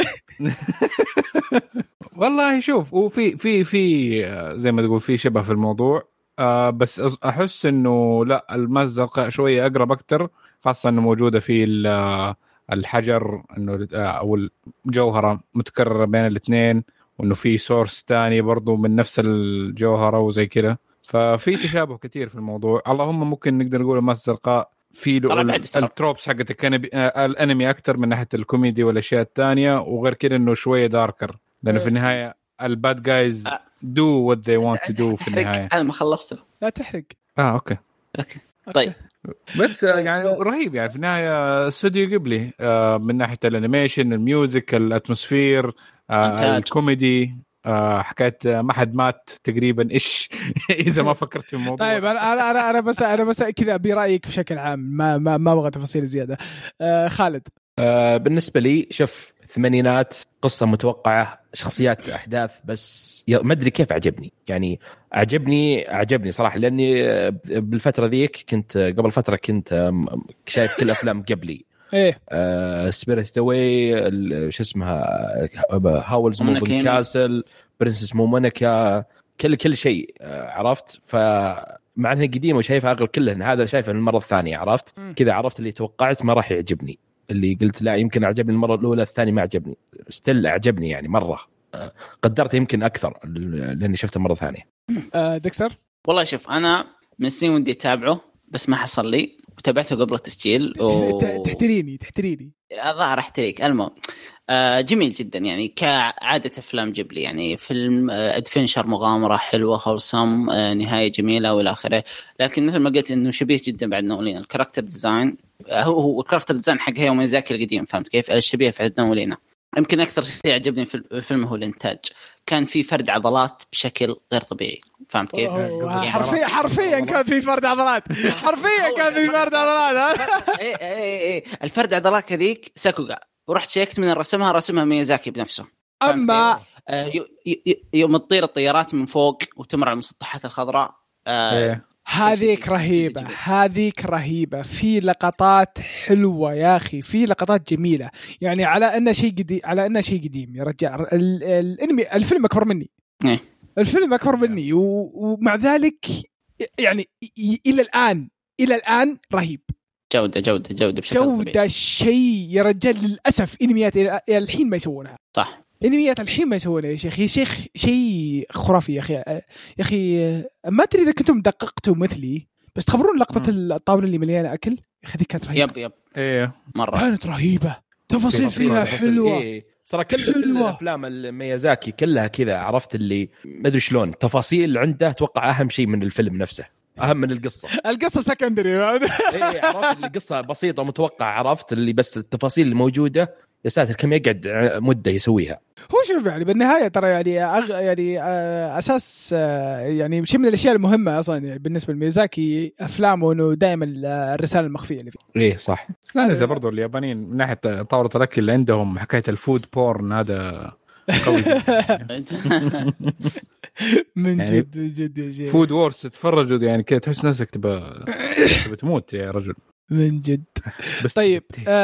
Speaker 4: والله شوف وفي في في زي ما تقول في شبه في الموضوع. آه بس أحس إنه لا المزق شوية أقرب أكتر، خاصة إنه موجودة في الحجر إنه أو الجوهرة متكررة بين الاثنين، وإنه في سورس تاني برضو من نفس الجوهرة وزي كده. ففي تشابه كتير في الموضوع. اللهم ممكن نقدر نقول الماس الزرقاء في التروبس حقت الأنمي أكتر من ناحية الكوميدي والأشياء التانية، وغير كده إنه شوية داركر، لأنه في النهاية الباد جايز do what they want to do في النهاية.
Speaker 3: أنا ما خلصته.
Speaker 1: لا تحرق.
Speaker 4: آه أوكي.
Speaker 3: أوكي. طيب.
Speaker 4: بس يعني رهيب يعني في النهاية استوديو جيبلي آه من ناحية الانيميشن، الميوزك، الاتموسفير، آه الكوميدي، آه حكاية ما حد مات تقريبا إيش إذا ما فكرت في الموضوع.
Speaker 1: طيب أنا أنا أنا بس أنا بس كذا برأيك بشكل عام، ما ما ما أبغى تفاصيل زيادة. آه خالد.
Speaker 2: آه بالنسبة لي شوف ثمانينات، قصة متوقعة، شخصيات أحداث، بس ما أدري كيف عجبني يعني عجبني عجبني صراحة، لأني بالفترة ذيك كنت قبل فترة كنت شايف كل أفلام قبلي.
Speaker 1: إيه
Speaker 2: سبيريت أواي، شو اسمها، هاولز موفن كاسل، برنسس مومونيكا، كل كل شيء عرفت. فمع أنها قديمة وشايفها أغلب كلها، هذا شايفها المرة الثانية عرفت كذا، عرفت اللي توقعت ما راح يعجبني، اللي قلت لا يمكن أعجبني المرة الأولى الثانية ما عجبني، ستيل أعجبني يعني مرة قدرت يمكن أكثر لأني شفته مرة ثانية.
Speaker 1: أه ديكستر
Speaker 3: والله شوف أنا من سنين ودي أتابعه بس ما حصل لي، وتابعته قبل التسجيل و...
Speaker 1: تحتريني تحتريني
Speaker 3: الظاهر احتريك. المهم آه جميل جدا يعني كعادة أفلام جيبلي، يعني فيلم آه أدفنشر مغامرة حلوة هولسم، آه نهاية جميلة والى آخره. لكن مثل ما قلت إنه شبيه جدا بعد نولينا. الكاركتر ديزاين هو هو الكاركتر ديزاين حق هيو ميازاكي القديم، فهمت كيف؟ الشبيه في عدنا ولينا. يمكن أكثر شيء عجبني في الفيلم هو الإنتاج، كان في فرد عضلات بشكل غير طبيعي، فهمت كيف؟
Speaker 1: حرفيا حرفيا كان في فرد عضلات، حرفيا كان في فرد عضلات.
Speaker 3: إيه إيه إيه الفرد عضلات هذيك ساكوغا، ورحت شيكت من الرسمها رسمها ميازاكي بنفسه.
Speaker 1: أما
Speaker 3: آه يوم تطير الطيارات من فوق وتمر على المسطحات الخضراء. آه
Speaker 1: هذيك رهيبة، هذيك رهيبة. في لقطات حلوة يا أخي، في لقطات جميلة يعني، على أنه شيء قديم، على أنه شيء قديم يا رجال. الانمي الفيلم أكبر مني، الفيلم أكبر مني، ومع ذلك يعني إلى الآن إلى الآن رهيب.
Speaker 3: جودة جودة جودة بشكل
Speaker 1: جودة شيء يا رجال. للأسف انميات الحين ما يسوونها.
Speaker 3: صح،
Speaker 1: انميات الحين ما يسوونها يا شيخ. يا شيخ شيء خرافي يا أخي. يا أخي ما أدري إذا كنتم دققتوا مثلي، بس تخبرون لقطة الطاولة اللي مليانة أكل يا أخي، كانت رهيبة.
Speaker 3: يب يب
Speaker 4: إيه
Speaker 3: مرة
Speaker 1: كانت رهيبة، تفاصيل فيها حلوة.
Speaker 2: إيه. ترى كل الافلام الميازاكي كلها كذا، عرفت اللي ما ادري شلون تفاصيل عنده. اتوقع اهم شيء من الفيلم نفسه، اهم من القصه.
Speaker 1: القصه سكندري.
Speaker 2: اي عرفت، القصه بسيطه متوقع، عرفت اللي بس التفاصيل الموجوده يا ساتر كم يقعد مده يسويها.
Speaker 1: هو شوف يعني بالنهايه ترى يعني أغ... يعني اساس يعني شيء من الاشياء المهمه اصلا يعني بالنسبه لميازاكي افلامه، انه دائما الرساله المخفيه اللي فيه.
Speaker 2: ايه صح.
Speaker 4: لا نزل برضو اليابانيين من ناحيه طاوله الاكل اللي عندهم حكايه الفود بورن، هذا قوي
Speaker 1: من
Speaker 4: يعني
Speaker 1: جد من جد يا شيخ.
Speaker 4: فود وورز تتفرجوا يعني كده تحس نفسك تبى بتموت يا رجل
Speaker 1: من جد.
Speaker 4: بس
Speaker 1: طيب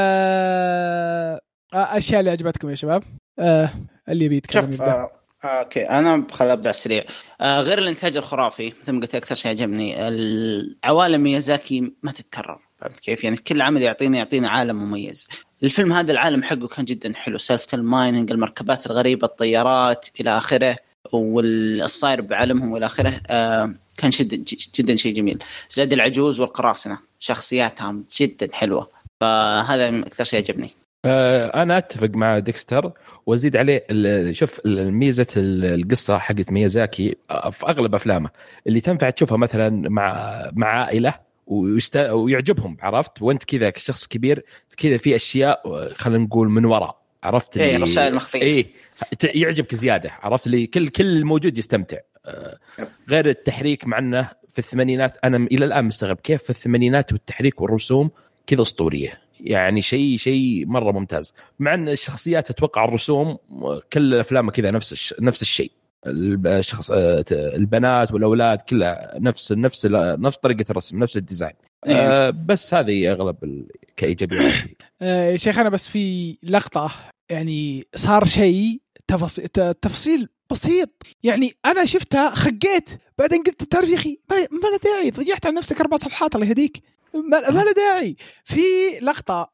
Speaker 1: آه... اشياء اللي عجبتكم يا شباب، آه... اللي بيتكلم
Speaker 3: يبدا. آه... اوكي انا خل ابدا سريع. آه غير الانتاج الخرافي مثل ما قلت، اكثر شيء عجبني العوالم ميازاكي ما تتكرر. فهمت كيف؟ يعني كل عمل يعطيني يعطينا عالم مميز. الفيلم هذا العالم حقه كان جدا حلو، سالفة المايننج، المركبات الغريبة، الطيارات إلى آخره، والصاير بعالمهم وإلى آخره. آه كان جدا جدا شيء جميل. زاد العجوز والقراصنة شخصياتهم جدا حلوة، فهذا أكثر شيء عجبني.
Speaker 2: آه أنا أتفق مع ديكستر وأزيد عليه. شوف الميزة القصة حقت ميازاكي في أغلب أفلامه اللي تنفع تشوفها مثلا مع مع عائلة ويست... ويعجبهم، عرفت؟ وانت كذا كشخص كبير كذا في اشياء خلينا نقول من وراء، عرفت اللي
Speaker 3: ايه رسائل مخفيه،
Speaker 2: ايه يعجبك زياده، عرفت اللي كل كل موجود يستمتع. آه غير التحريك، مع انه في الثمانينات انا الى الان مستغرب كيف في الثمانينات والتحريك والرسوم كذا اسطوريه، يعني شيء شيء مره ممتاز. مع ان الشخصيات اتوقع الرسوم كل الافلام كذا نفس الش... نفس الشيء، الشخص البنات والاولاد كلها نفس نفس نفس طريقه الرسم، نفس الديزاين. أه بس هذه اغلب كايجابيات.
Speaker 1: أه شيخ انا بس في لقطه يعني صار شيء تفاصيل تفصيل بسيط يعني انا شفتها خقيت، بعدين قلت تعرف يا اخي ما له داعي، ضيعت على نفسك اربع صفحات الله يهديك، ما له داعي. في لقطه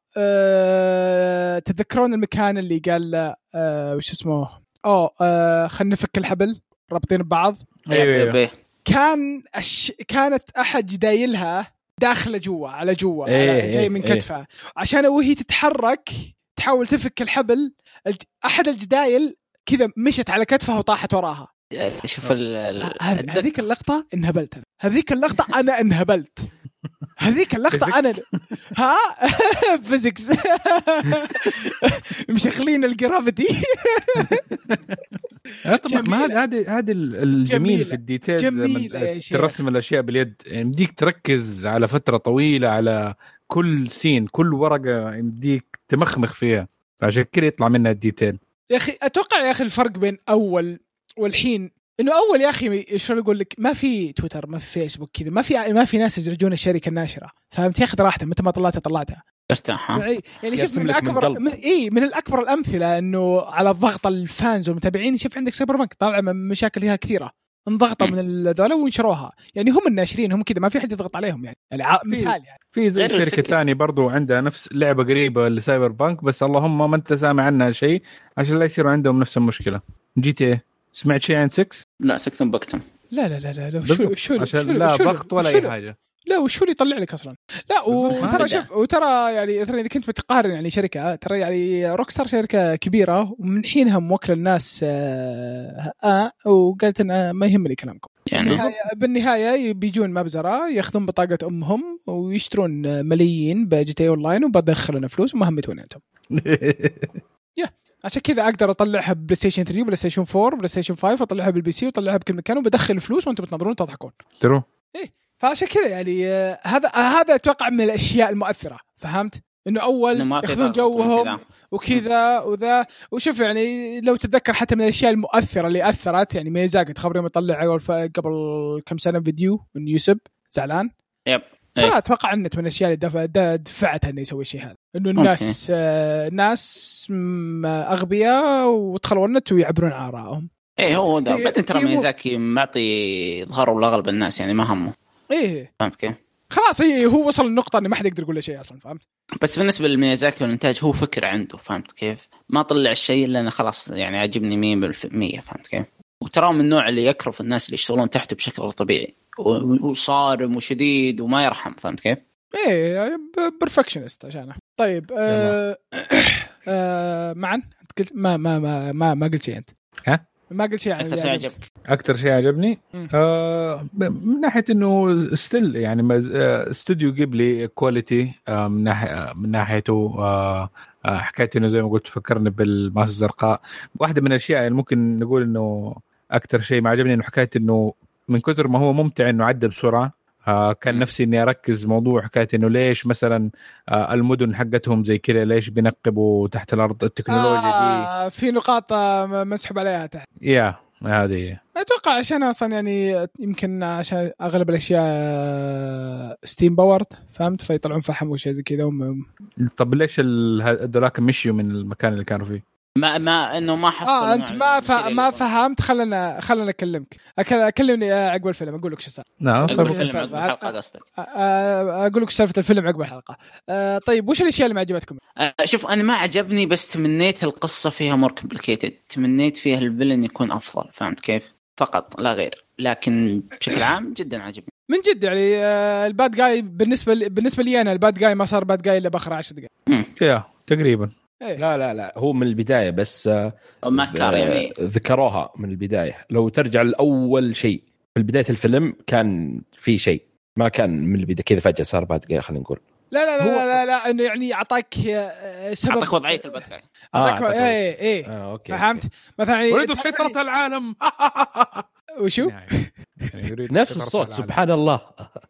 Speaker 1: أه تذكرون المكان اللي قال أه وش اسمه أوه آه خلنا نفك الحبل رابطين ببعض.
Speaker 3: أيوة.
Speaker 1: كان أش... كانت أحد جدايلها داخلة جوا على جوا
Speaker 2: أيه
Speaker 1: جاي من كتفها أيه. عشان وهي تتحرك تحاول تفك الحبل، هذا الجدايل كذا مشت على كتفها وطاحت وراها.
Speaker 3: شوف
Speaker 1: هذيك اللقطة انهبلت، هذيك اللقطة أنا انهبلت، هذيك اللقطة أنا ها فيزيكس مشغلين الجرافيتي.
Speaker 4: طبعا ما هذا هذا هذا الجميل في الديتيلز لما ترسم الأشياء باليد، يعني بديك تركز على فترة طويلة على كل سين، كل ورقة بديك تمخمخ فيها، عشان كده يطلع منها الديتيل.
Speaker 1: يا أخي أتوقع يا أخي الفرق بين أول والحين إنه أول يا أخي شو أقول لك، ما في تويتر ما في فيسبوك كذا، ما في ما في ناس يزعجون الشركة الناشرة، فهمت؟ ياخذ راحته متى ما طلعتها طلعتها
Speaker 3: ارتاح.
Speaker 1: يعني شوف من الأكبر من, من إيه من الأكبر الأمثلة إنه على الضغط الفانز والمتابعين، شوف عندك سايبر بانك طالع من مشاكل فيها كثيرة، انضغطوا من الدولة ونشروها، يعني هم الناشرين هم كذا ما في حد يضغط عليهم يعني, يعني مثال يعني
Speaker 4: في زي شركة ثانية برضو عندها نفس لعبة قريبة لسايبر بانك، بس اللهم ما انت سامع عنها شيء عشان لا يصيروا عندهم نفس المشكلة. جي تي ايه سمعت شيء عن ستة؟
Speaker 3: لا ستة بكتم.
Speaker 1: لا لا لا لا, لا. شو شو
Speaker 4: عشان
Speaker 1: شو
Speaker 4: لا ضغط ولا اي حاجة.
Speaker 1: لا وشو اللي يطلع لك اصلا؟ لا وترى شوف وترى يعني ترى اذا كنت بتقارن يعني شركه، ترى يعني روكستار شركه كبيره ومن حينها موكله الناس آه, آه وقالت انا ما يهمني كلامكم يعني. بالنهايه, بالنهاية بيجون مبزره ياخذون بطاقه امهم ويشترون ملايين بجي تي اون لاين وبدخلنا فلوس وما همتون انتم. يا عشان كذا اقدر اطلعها بلاي ستيشن ثري بلاي ستيشن فور بلاي ستيشن فايف، اطلعها بالبي سي واطلعها بكل مكان وبدخل فلوس وانتم بتنظرون تضحكون
Speaker 4: ترو.
Speaker 1: ايه فعشان كذا يعني هذا هذا اتوقع من الاشياء المؤثره، فهمت؟ انه اول ياخذون جوهم وكذا وذا. وشوف يعني لو تتذكر حتى من الاشياء المؤثره اللي اثرت يعني ميزاكي تخبر يوم يطلع قبل كم سنه فيديو انه يوسف زعلان.
Speaker 3: يب
Speaker 1: ترى اتوقع انه من الاشياء اللي دفع دفعتها انه يسوي شيء هذا انه الناس آه ناس اغبياء ودخلوا النت ويعبرون عن آرائهم.
Speaker 3: ايه هو ده. بعدين ترى ميزاكي معطي ظهره لاغلب الناس يعني ما همه.
Speaker 1: ايه
Speaker 3: فهمت كيف؟
Speaker 1: خلاص هي هو وصل النقطه انه ما حد يقدر يقول له شيء اصلا. فهمت؟
Speaker 3: بس بالنسبه للميزاكي والانتاج هو فكر عنده. فهمت كيف؟ ما طلع الشيء اللي انا خلاص يعني عجبني مية بالمية. فهمت كيف؟ وترى من النوع اللي يكرف الناس اللي يشتغلون تحته بشكل طبيعي وصارم وشديد وما يرحم. فهمت كيف؟
Speaker 1: ايه بيرفكشنست عشانه. طيب آه آه معا قلت ما ما ما ما, ما قلت شيء انت.
Speaker 4: ها
Speaker 1: ما قلت شيء عن
Speaker 3: أكثر شيء عجبك.
Speaker 4: أكثر شيء عجبني آه من ناحية إنه ستيل يعني استوديو جيبلي كواليتي آه من ناحية من ناحيته آه آه حكاية إنه زي ما قلت فكرني بالماس الزرقاء. واحدة من الأشياء يعني ممكن نقول إنه أكثر شيء ما عجبني إنه حكاية إنه من كثر ما هو ممتع إنه عدى بسرعة. آه كان نفسي إني أركز موضوع حكاية إنه ليش مثلا آه المدن حقتهم زي كده ليش بينقبوا تحت الأرض التكنولوجيا
Speaker 1: آه دي في نقاط مسحب عليها تحت.
Speaker 4: يا هذه
Speaker 1: أتوقع عشان أصلا يعني يمكن عشان أغلب الأشياء ستيم باورد. فهمت؟ فيطلعون فحم وشيء زي كذا. وم...
Speaker 4: طب ليش الدولاك مشيوا من المكان اللي كانوا فيه؟
Speaker 3: ما ما انه ما حصل.
Speaker 1: اه انت ما ف... ما فهمت. خلنا خلنا اكلمك اكلمني عقب الفيلم اقول لك ايش صار.
Speaker 4: نعم طيب
Speaker 3: الحلقه قصدك.
Speaker 1: اقول لك سالفه الفيلم عقب الحلقه. آه طيب وش الاشياء اللي ما عجبتكم؟
Speaker 3: آه شوف انا ما عجبني بس تمنيت القصه فيها مور كومبليكيتد. تمنيت فيها الفيلن يكون افضل. فهمت كيف؟ فقط لا غير. لكن بشكل عام جدا عجبني
Speaker 1: من جد يعني. آه الباد جاي بالنسبه ل... بالنسبه لي انا الباد جاي ما صار باد جاي الا باخر عشر دقائق.
Speaker 4: يا تقريبا.
Speaker 2: إيه؟ لا لا لا هو من البداية بس
Speaker 3: ما كان يعني
Speaker 2: ذكروها من البداية. لو ترجع لأول شيء في بداية الفيلم كان في شيء ما كان من البداية كذا فجأة صار بعد دقيقة. خلينا نقول
Speaker 1: لا لا لا لا, لا, لا انه يعني اعطاك سبب.
Speaker 3: اعطاك وضعية البداية.
Speaker 1: اعطاك آه ايه ايه
Speaker 2: آه أوكي.
Speaker 1: فهمت مثلا
Speaker 4: اريد سيطرة العالم.
Speaker 1: وشو
Speaker 2: يعني نفس الصوت سبحان الله.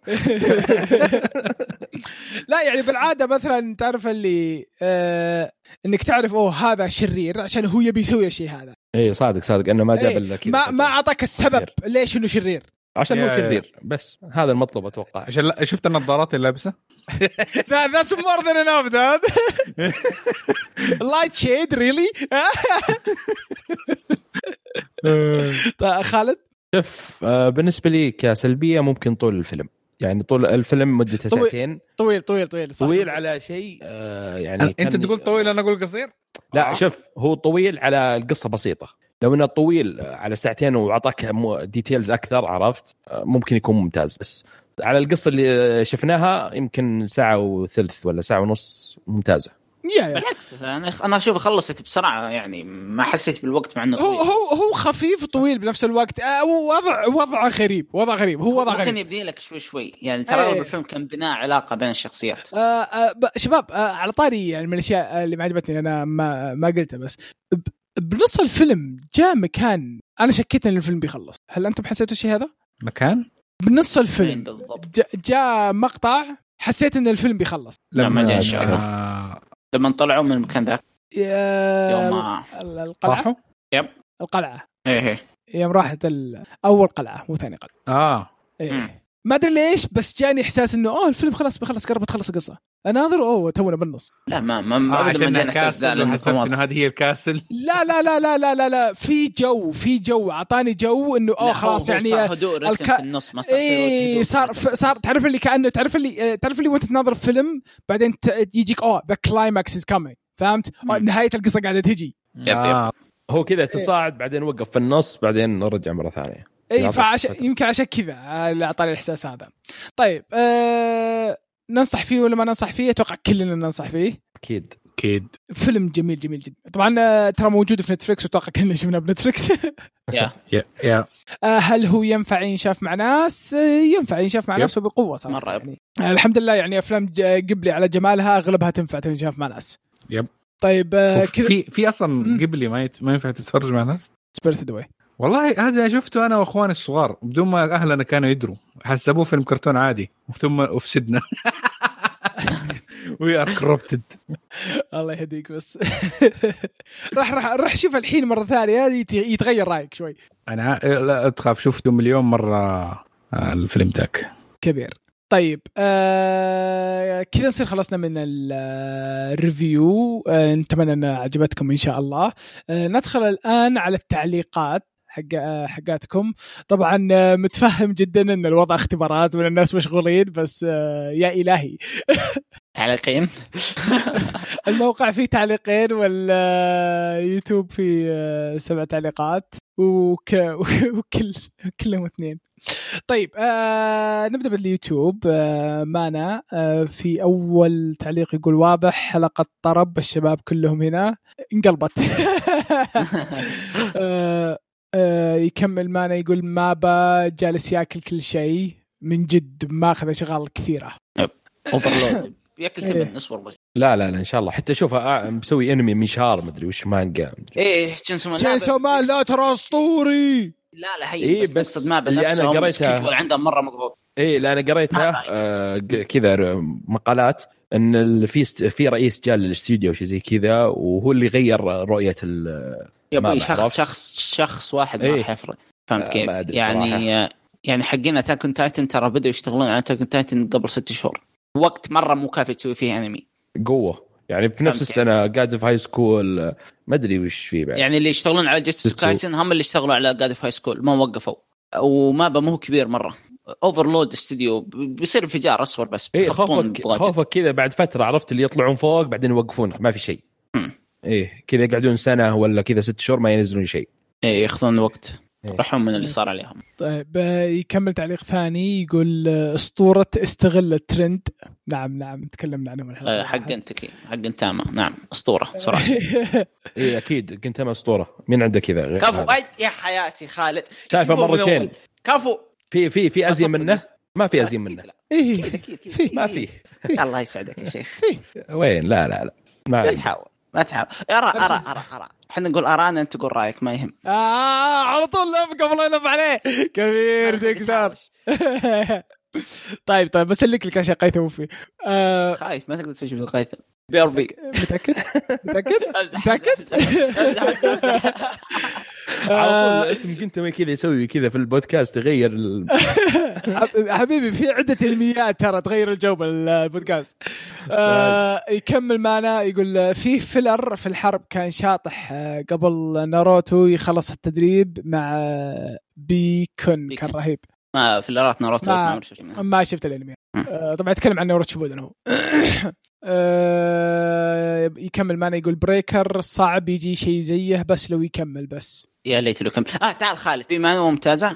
Speaker 1: لا يعني بالعاده مثلا تعرف اللي آه انك تعرف اوه هذا شرير عشان هو يبي يسوي الشيء هذا.
Speaker 2: ايه صادق صادق انه ما جاب لك
Speaker 1: إيه ما ما اعطاك السبب ليش انه شرير
Speaker 2: عشان هو شرير بس. هذا المطلوب اتوقع.
Speaker 4: عشان شفت النظارات اللي لابسه.
Speaker 1: ذا ذاتس مور ذان انف داد. لايت شيد ريلي. طيب خالد
Speaker 2: شوف آه بالنسبه لي كسلبيه ممكن طول الفيلم. يعني طول الفيلم مدته
Speaker 1: طويل
Speaker 2: ساعتين.
Speaker 1: طويل طويل طويل
Speaker 2: صح. طويل على شيء آه يعني
Speaker 4: انت تقول طويل انا اقول قصير.
Speaker 2: لا آه. شوف هو طويل على القصه بسيطه. لو انه طويل على ساعتين وعطاك ديتيلز اكثر عرفت ممكن يكون ممتاز. بس على القصه اللي شفناها يمكن ساعه وثلث ولا ساعه ونص ممتازه.
Speaker 3: بالعكس انا انا اشوف خلصت بسرعه يعني ما حسيت بالوقت مع انه
Speaker 1: هو هو هو خفيف وطويل بنفس الوقت. آه وضع وضع غريب وضع غريب هو وضع غريب.
Speaker 3: ممكن يبني لك شوي شوي يعني ترى ايه. الفيلم كان بناء علاقه بين الشخصيات.
Speaker 1: آه آه شباب آه على طاري يعني من الاشياء اللي ما عجبتني انا ما ما قلتها بس بنص الفيلم جاء مكان انا شكيت ان الفيلم بيخلص. هل انتم حسيتوا الشيء هذا؟
Speaker 4: مكان
Speaker 1: بنص الفيلم جاء مقطع حسيت ان الفيلم بيخلص
Speaker 3: لما جاء الشعر لما طلعوا من المكان ذا يوم
Speaker 1: القلعه.
Speaker 3: يب
Speaker 1: القلعه
Speaker 3: ايه
Speaker 1: يوم راحت اول قلعه مو ثاني قلعه.
Speaker 4: اه
Speaker 1: ايه ما ادري ليش بس جاني احساس انه اه الفيلم خلاص بيخلص قرب تخلص القصه. اناظر اوه تونا بالنص.
Speaker 3: لا ما ما ابدا ما جاني احساس ذا
Speaker 4: لانه انه هذه هي الكاسل.
Speaker 1: لا لا لا لا لا لا لا في جو في جو اعطاني جو انه اه خلاص يعني
Speaker 3: الك... في النص ما
Speaker 1: ايه صار صار تعرف اللي كانه تعرف اللي تعرف اللي وانت تناظر فيلم بعدين يجيك اه ذا كلايماكس از كامينج. فهمت؟ نهايه القصه قاعده تجي.
Speaker 2: آه. هو كذا تصاعد بعدين وقف في النص بعدين رجع مره ثانيه.
Speaker 1: اي فعش... يمكن عشان كذا اللي اعطاني الاحساس هذا. طيب أه... ننصح فيه ولا ما ننصح فيه؟ اتوقع كلنا ننصح فيه
Speaker 2: اكيد
Speaker 4: اكيد.
Speaker 1: فيلم جميل جميل جدا. طبعا ترى موجود في نتفليكس واتوقع كلنا شفناه بنتفليكس.
Speaker 3: يا
Speaker 4: يا يا
Speaker 1: هل هو ينفع ينشاف مع ناس؟ ينفع ينشاف مع ناس وبقوه صراحه يعني. الحمد لله يعني افلام قبلي على جمالها اغلبها تنفع تنشاف مع ناس.
Speaker 4: يب
Speaker 1: طيب كذا
Speaker 4: في في اصلا قبلي ما يت... ما ينفع تتفرج مع ناس.
Speaker 1: سبيرت واي
Speaker 4: والله هذا شفته انا واخواني الصغار بدون ما اهلنا كانوا يدروا حسبوه فيلم كرتون عادي ثم افسدنا. وي ار كوربتد.
Speaker 1: الله يهديك بس. راح راح راح شوف الحين مره ثانيه هذه يتغير رايك شوي.
Speaker 4: انا لا تخاف شفته مليون مره الفيلم ذاك
Speaker 1: كبير. طيب آه كذا نصير خلصنا من الريفيو. آه نتمنى ان عجبتكم ان شاء الله. آه ندخل الان على التعليقات حق حقاتكم. طبعا متفهم جدا ان الوضع اختبارات وان الناس مشغولين بس يا الهي.
Speaker 3: تعليقين.
Speaker 1: الموقع فيه تعليقين واليوتيوب فيه سبع تعليقات وك... وكل كلهم اثنين. طيب آه نبدأ باليوتيوب. آه معنا آه في أول تعليق يقول واضح حلقة طرب الشباب كلهم هنا انقلبت. آه آه يكمل معنا يقول مابا جالس ياكل كل شيء من جد ما أخذ شغال كثيرة.
Speaker 3: اوفرلود ياكل ثمن اصبر بس.
Speaker 2: لا لا لا ان شاء الله حتى شوف مسوي انمي مشهار مدري وش مانجا.
Speaker 3: ايه تشينسو مان
Speaker 1: تشينسو مان لا ترى اسطوري.
Speaker 3: لا لا هي
Speaker 2: إيه
Speaker 3: بس,
Speaker 2: بس
Speaker 3: بس ما
Speaker 2: اللي انا قريتها
Speaker 3: عنده مره مضبوط.
Speaker 2: ايه لا انا قريتها آه كذا مقالات ان اللي في في رئيس جال للاستوديو شيء زي كذا وهو اللي غير رؤيه ال
Speaker 3: يبغى شخص شخص شخص واحد ما راح يفرق. فهمت كيف يعني صراحة. يعني حقين أتاك أون تايتن ترى بدأوا يشتغلون على أتاك أون تايتن قبل ست شهور وقت مرة مو كافي تسوي فيه أنمي
Speaker 2: قوة يعني في نفس السنة قاعد في هاي سكول ما أدري وش فيه بعد.
Speaker 3: يعني اللي يشتغلون على جيتسو كايسن هم اللي اشتغلوا على قاعد في هاي سكول ما وقفوا وما بمو كبير مرة. اوفرلود استوديو بيصير انفجار اصفر بس
Speaker 2: ايه خوفك خوفك كذا بعد فترة عرفت اللي يطلعون فوق بعدين يوقفون ما في شيء. ايه كذا يقعدون سنة ولا كذا ست شهور ما ينزلون شيء.
Speaker 3: ايه ياخذون وقت رحهم من اللي صار عليهم.
Speaker 1: طيب يكمل تعليق ثاني يقول أسطورة استغل الترند. نعم نعم تكلمنا عنه
Speaker 3: الحلقة حق انتكي حق انتاما. نعم أسطورة صراحة.
Speaker 2: ايه اكيد كنت انا أسطورة مين عنده كذا
Speaker 3: كفو أي يا حياتي خالد
Speaker 2: شايفه مرتين
Speaker 3: كفو
Speaker 2: في في في ازين منه ما في ازين منه
Speaker 1: ايه
Speaker 2: ما في.
Speaker 3: الله يسعدك يا شيخ.
Speaker 2: وين لا لا لا
Speaker 3: ما تحاول ما تحاول أرى أرى أرى أرى احنا نقول أرانا أنت تقول رأيك ما يهم.
Speaker 1: آه على طول لف قبل يلف عليه كبير تكسر. طيب طيب بسلك لك اشياء قيثم فيه. آه
Speaker 3: خايف ما تقدر تشوف القيثم بي ار بي.
Speaker 1: متأكد متأكد متأكد.
Speaker 2: عرفوا اسم كنت ما كذا يسوي كذا في البودكاست تغير ال...
Speaker 1: حبيبي في عدة علميات ترى تغير الجو بالبودكاست. آه يكمل معنا يقول في فيلر في الحرب كان شاطح قبل ناروتو يخلص التدريب مع بيكون كان رهيب.
Speaker 3: ما فيلرات ناروتو
Speaker 1: ما, ما شفت الانمي. آه طبعا اتكلم عن ناروتو شبودن هو. آه يكمل معنا يقول بريكر صعب يجي شيء زيه بس لو يكمل بس
Speaker 3: يا ليت لو كمل. اه تعال خالد بما انه ممتازه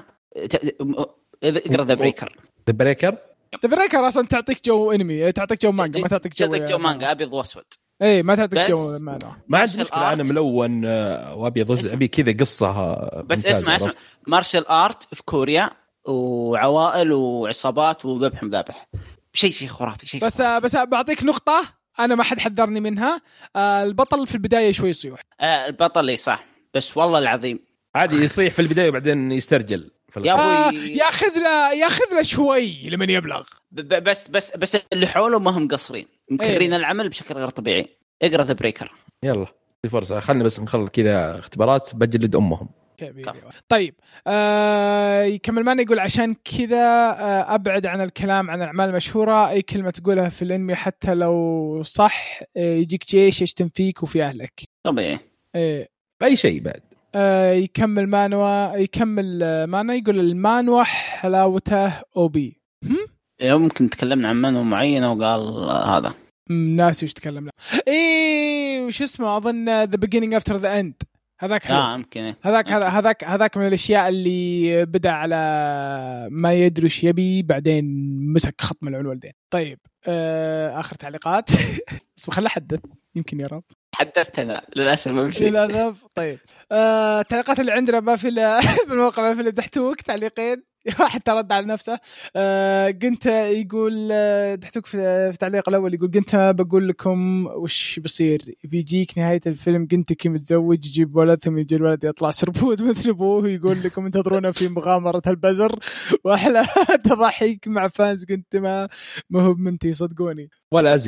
Speaker 3: اقرا ذا بريكر.
Speaker 2: ذا بريكر
Speaker 1: ذا بريكر اصلا تعطيك جو انمي تعطيك جو مانجا ما تعطيك جو
Speaker 3: تعطيك جو مانجا ابيض واسود.
Speaker 1: اي ما تعطيك جو
Speaker 2: مانجا ما عندي مشكله انا ملون وابيض ابي كذا قصه
Speaker 3: بس اسمع اسمع مارشال ارت في كوريا وعوائل وعصابات وذبح مذابح شيء شيء خرافي شيء
Speaker 1: بس خرافي. بس بعطيك نقطه انا ما حد حذرني منها. البطل في البدايه شوي يصيح.
Speaker 3: البطل لي صح بس والله العظيم
Speaker 2: عادي يصيح في البدايه وبعدين يسترجل
Speaker 1: يا ابوي ياخذ له ياخذ له شوي لمن يبلغ.
Speaker 3: بس بس بس اللي حوله ما هم قصرين مكررين ايه. العمل بشكل غير طبيعي. اقرا ذا بريكر
Speaker 2: يلا في فرصه خلنا بس نخلص كذا اختبارات بجلد امهم.
Speaker 1: طيب آه يكمل معنا يقول عشان كذا آه أبعد عن الكلام عن الأعمال المشهورة أي كلمة تقولها في الأنمي حتى لو صح آه يجيك جيش يشتم فيك وفي أهلك
Speaker 3: طبيعي.
Speaker 1: آه
Speaker 2: أي شيء بعد.
Speaker 1: آه يكمل معنا يكمل معنا يقول المانوا حلاوته أو بي
Speaker 3: ممكن تكلمنا عن منو معينة وقال هذا
Speaker 1: ناس وش تكلمنا إيه وش اسمه أظن The Beginning After the End هذاك حلو.
Speaker 3: آه ممكن
Speaker 1: هذاك هذاك هذاك من الاشياء اللي بدا على ما يدري ايش يبي بعدين مسك خط من الوالدين. طيب آه اخر تعليقات. اسمع خلي حدث يمكن يا رب
Speaker 3: حدثت انا للاسف ما بشي
Speaker 1: للاسف. طيب آه التعليقات اللي عندنا ما في بالموقع ما في الا دحتوك تعليقين واحد ترد على نفسه. آه قنت يقول آه دحتوك في التعليق الاول يقول قنت بقول لكم وش بصير بيجيك نهايه الفيلم قنت كي متزوج يجيب ولد ثم يجي الولد يطلع سربود مثل ابوه ويقول لكم انتظرونا في مغامره البزر واحلى تضحيك مع فانز قنت ما ما هو منتي صدقوني
Speaker 2: ولا ازين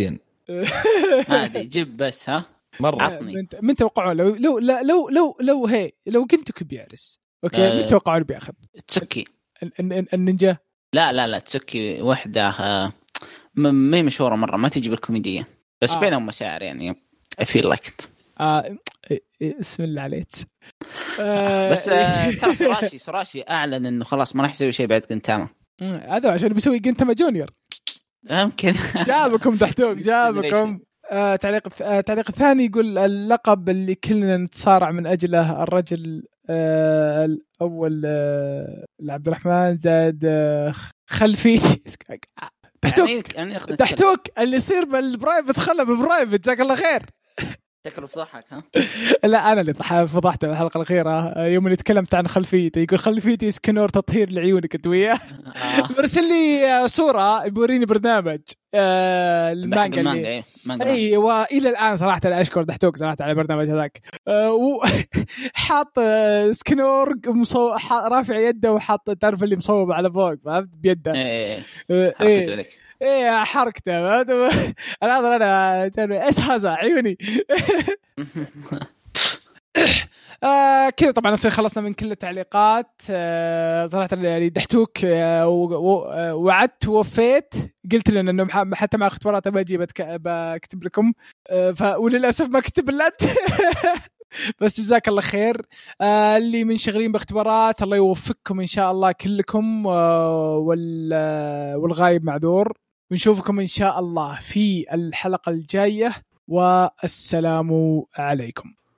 Speaker 3: هذه جيب بس ها
Speaker 2: مره
Speaker 3: عطني.
Speaker 1: من توقعوا لو لو لو لو لو هي لو كنت كبيارس اوكي من توقعوا بياخذ
Speaker 3: تسكي
Speaker 1: النينجا.
Speaker 3: لا لا لا تسكي وحده ما مشهوره مره ما تجي بالكوميديه بس آه. بينهم مشاعر يعني I feel like it.
Speaker 1: آه اسم الله عليك.
Speaker 3: آه بس آه ترى سوراشي سوراشي اعلن انه خلاص ما راح يسوي شيء بعد جنتاما.
Speaker 1: هذا عشان بيسوي جنتاما جونيور
Speaker 3: يمكن.
Speaker 1: جابكم دحتوك جابكم. آه تعليق آه تعليق ثاني يقول اللقب اللي كلنا نتصارع من اجله الرجل آه الاول آه لعبد الرحمن زاد آه خلفيتي تحتوك يعني تحتوك اللي يصير بالبرايفت خله ببرايفت. جزاك الله خير.
Speaker 3: شكله فضحك ها.
Speaker 1: لا انا اللي فضحته بالحلقه الاخيره يوم اللي تكلمت عن خلفيتي. يقول خلفيتي سكنور تطهير لعيونك انت وياه. مرسل لي صوره بيوريني برنامج آه المانجا اللي اي والى الان صراحه انا اشكر دحتوك صراحه على البرنامج هذاك. آه حاط آه سكنور مصو... رافع يده وحاط تعرف اللي مصوب على فوق فهمت بيده.
Speaker 3: ايه
Speaker 1: آه ايه ايه حركته انا اظن انا ايش هذا عيوني. آه كذا طبعا نصير خلصنا من كل التعليقات. آه صراحه يعني دحتوك آه وعدت ووفيت قلت لنا انه حتى مع اختبارات بجي بكتب لكم آه ف وللاسف ما كتب لك. بس جزاك الله خير. آه اللي منشغلين باختبارات الله يوفقكم ان شاء الله كلكم. آه والغايب معذور. ونشوفكم إن شاء الله في الحلقة الجاية والسلام عليكم.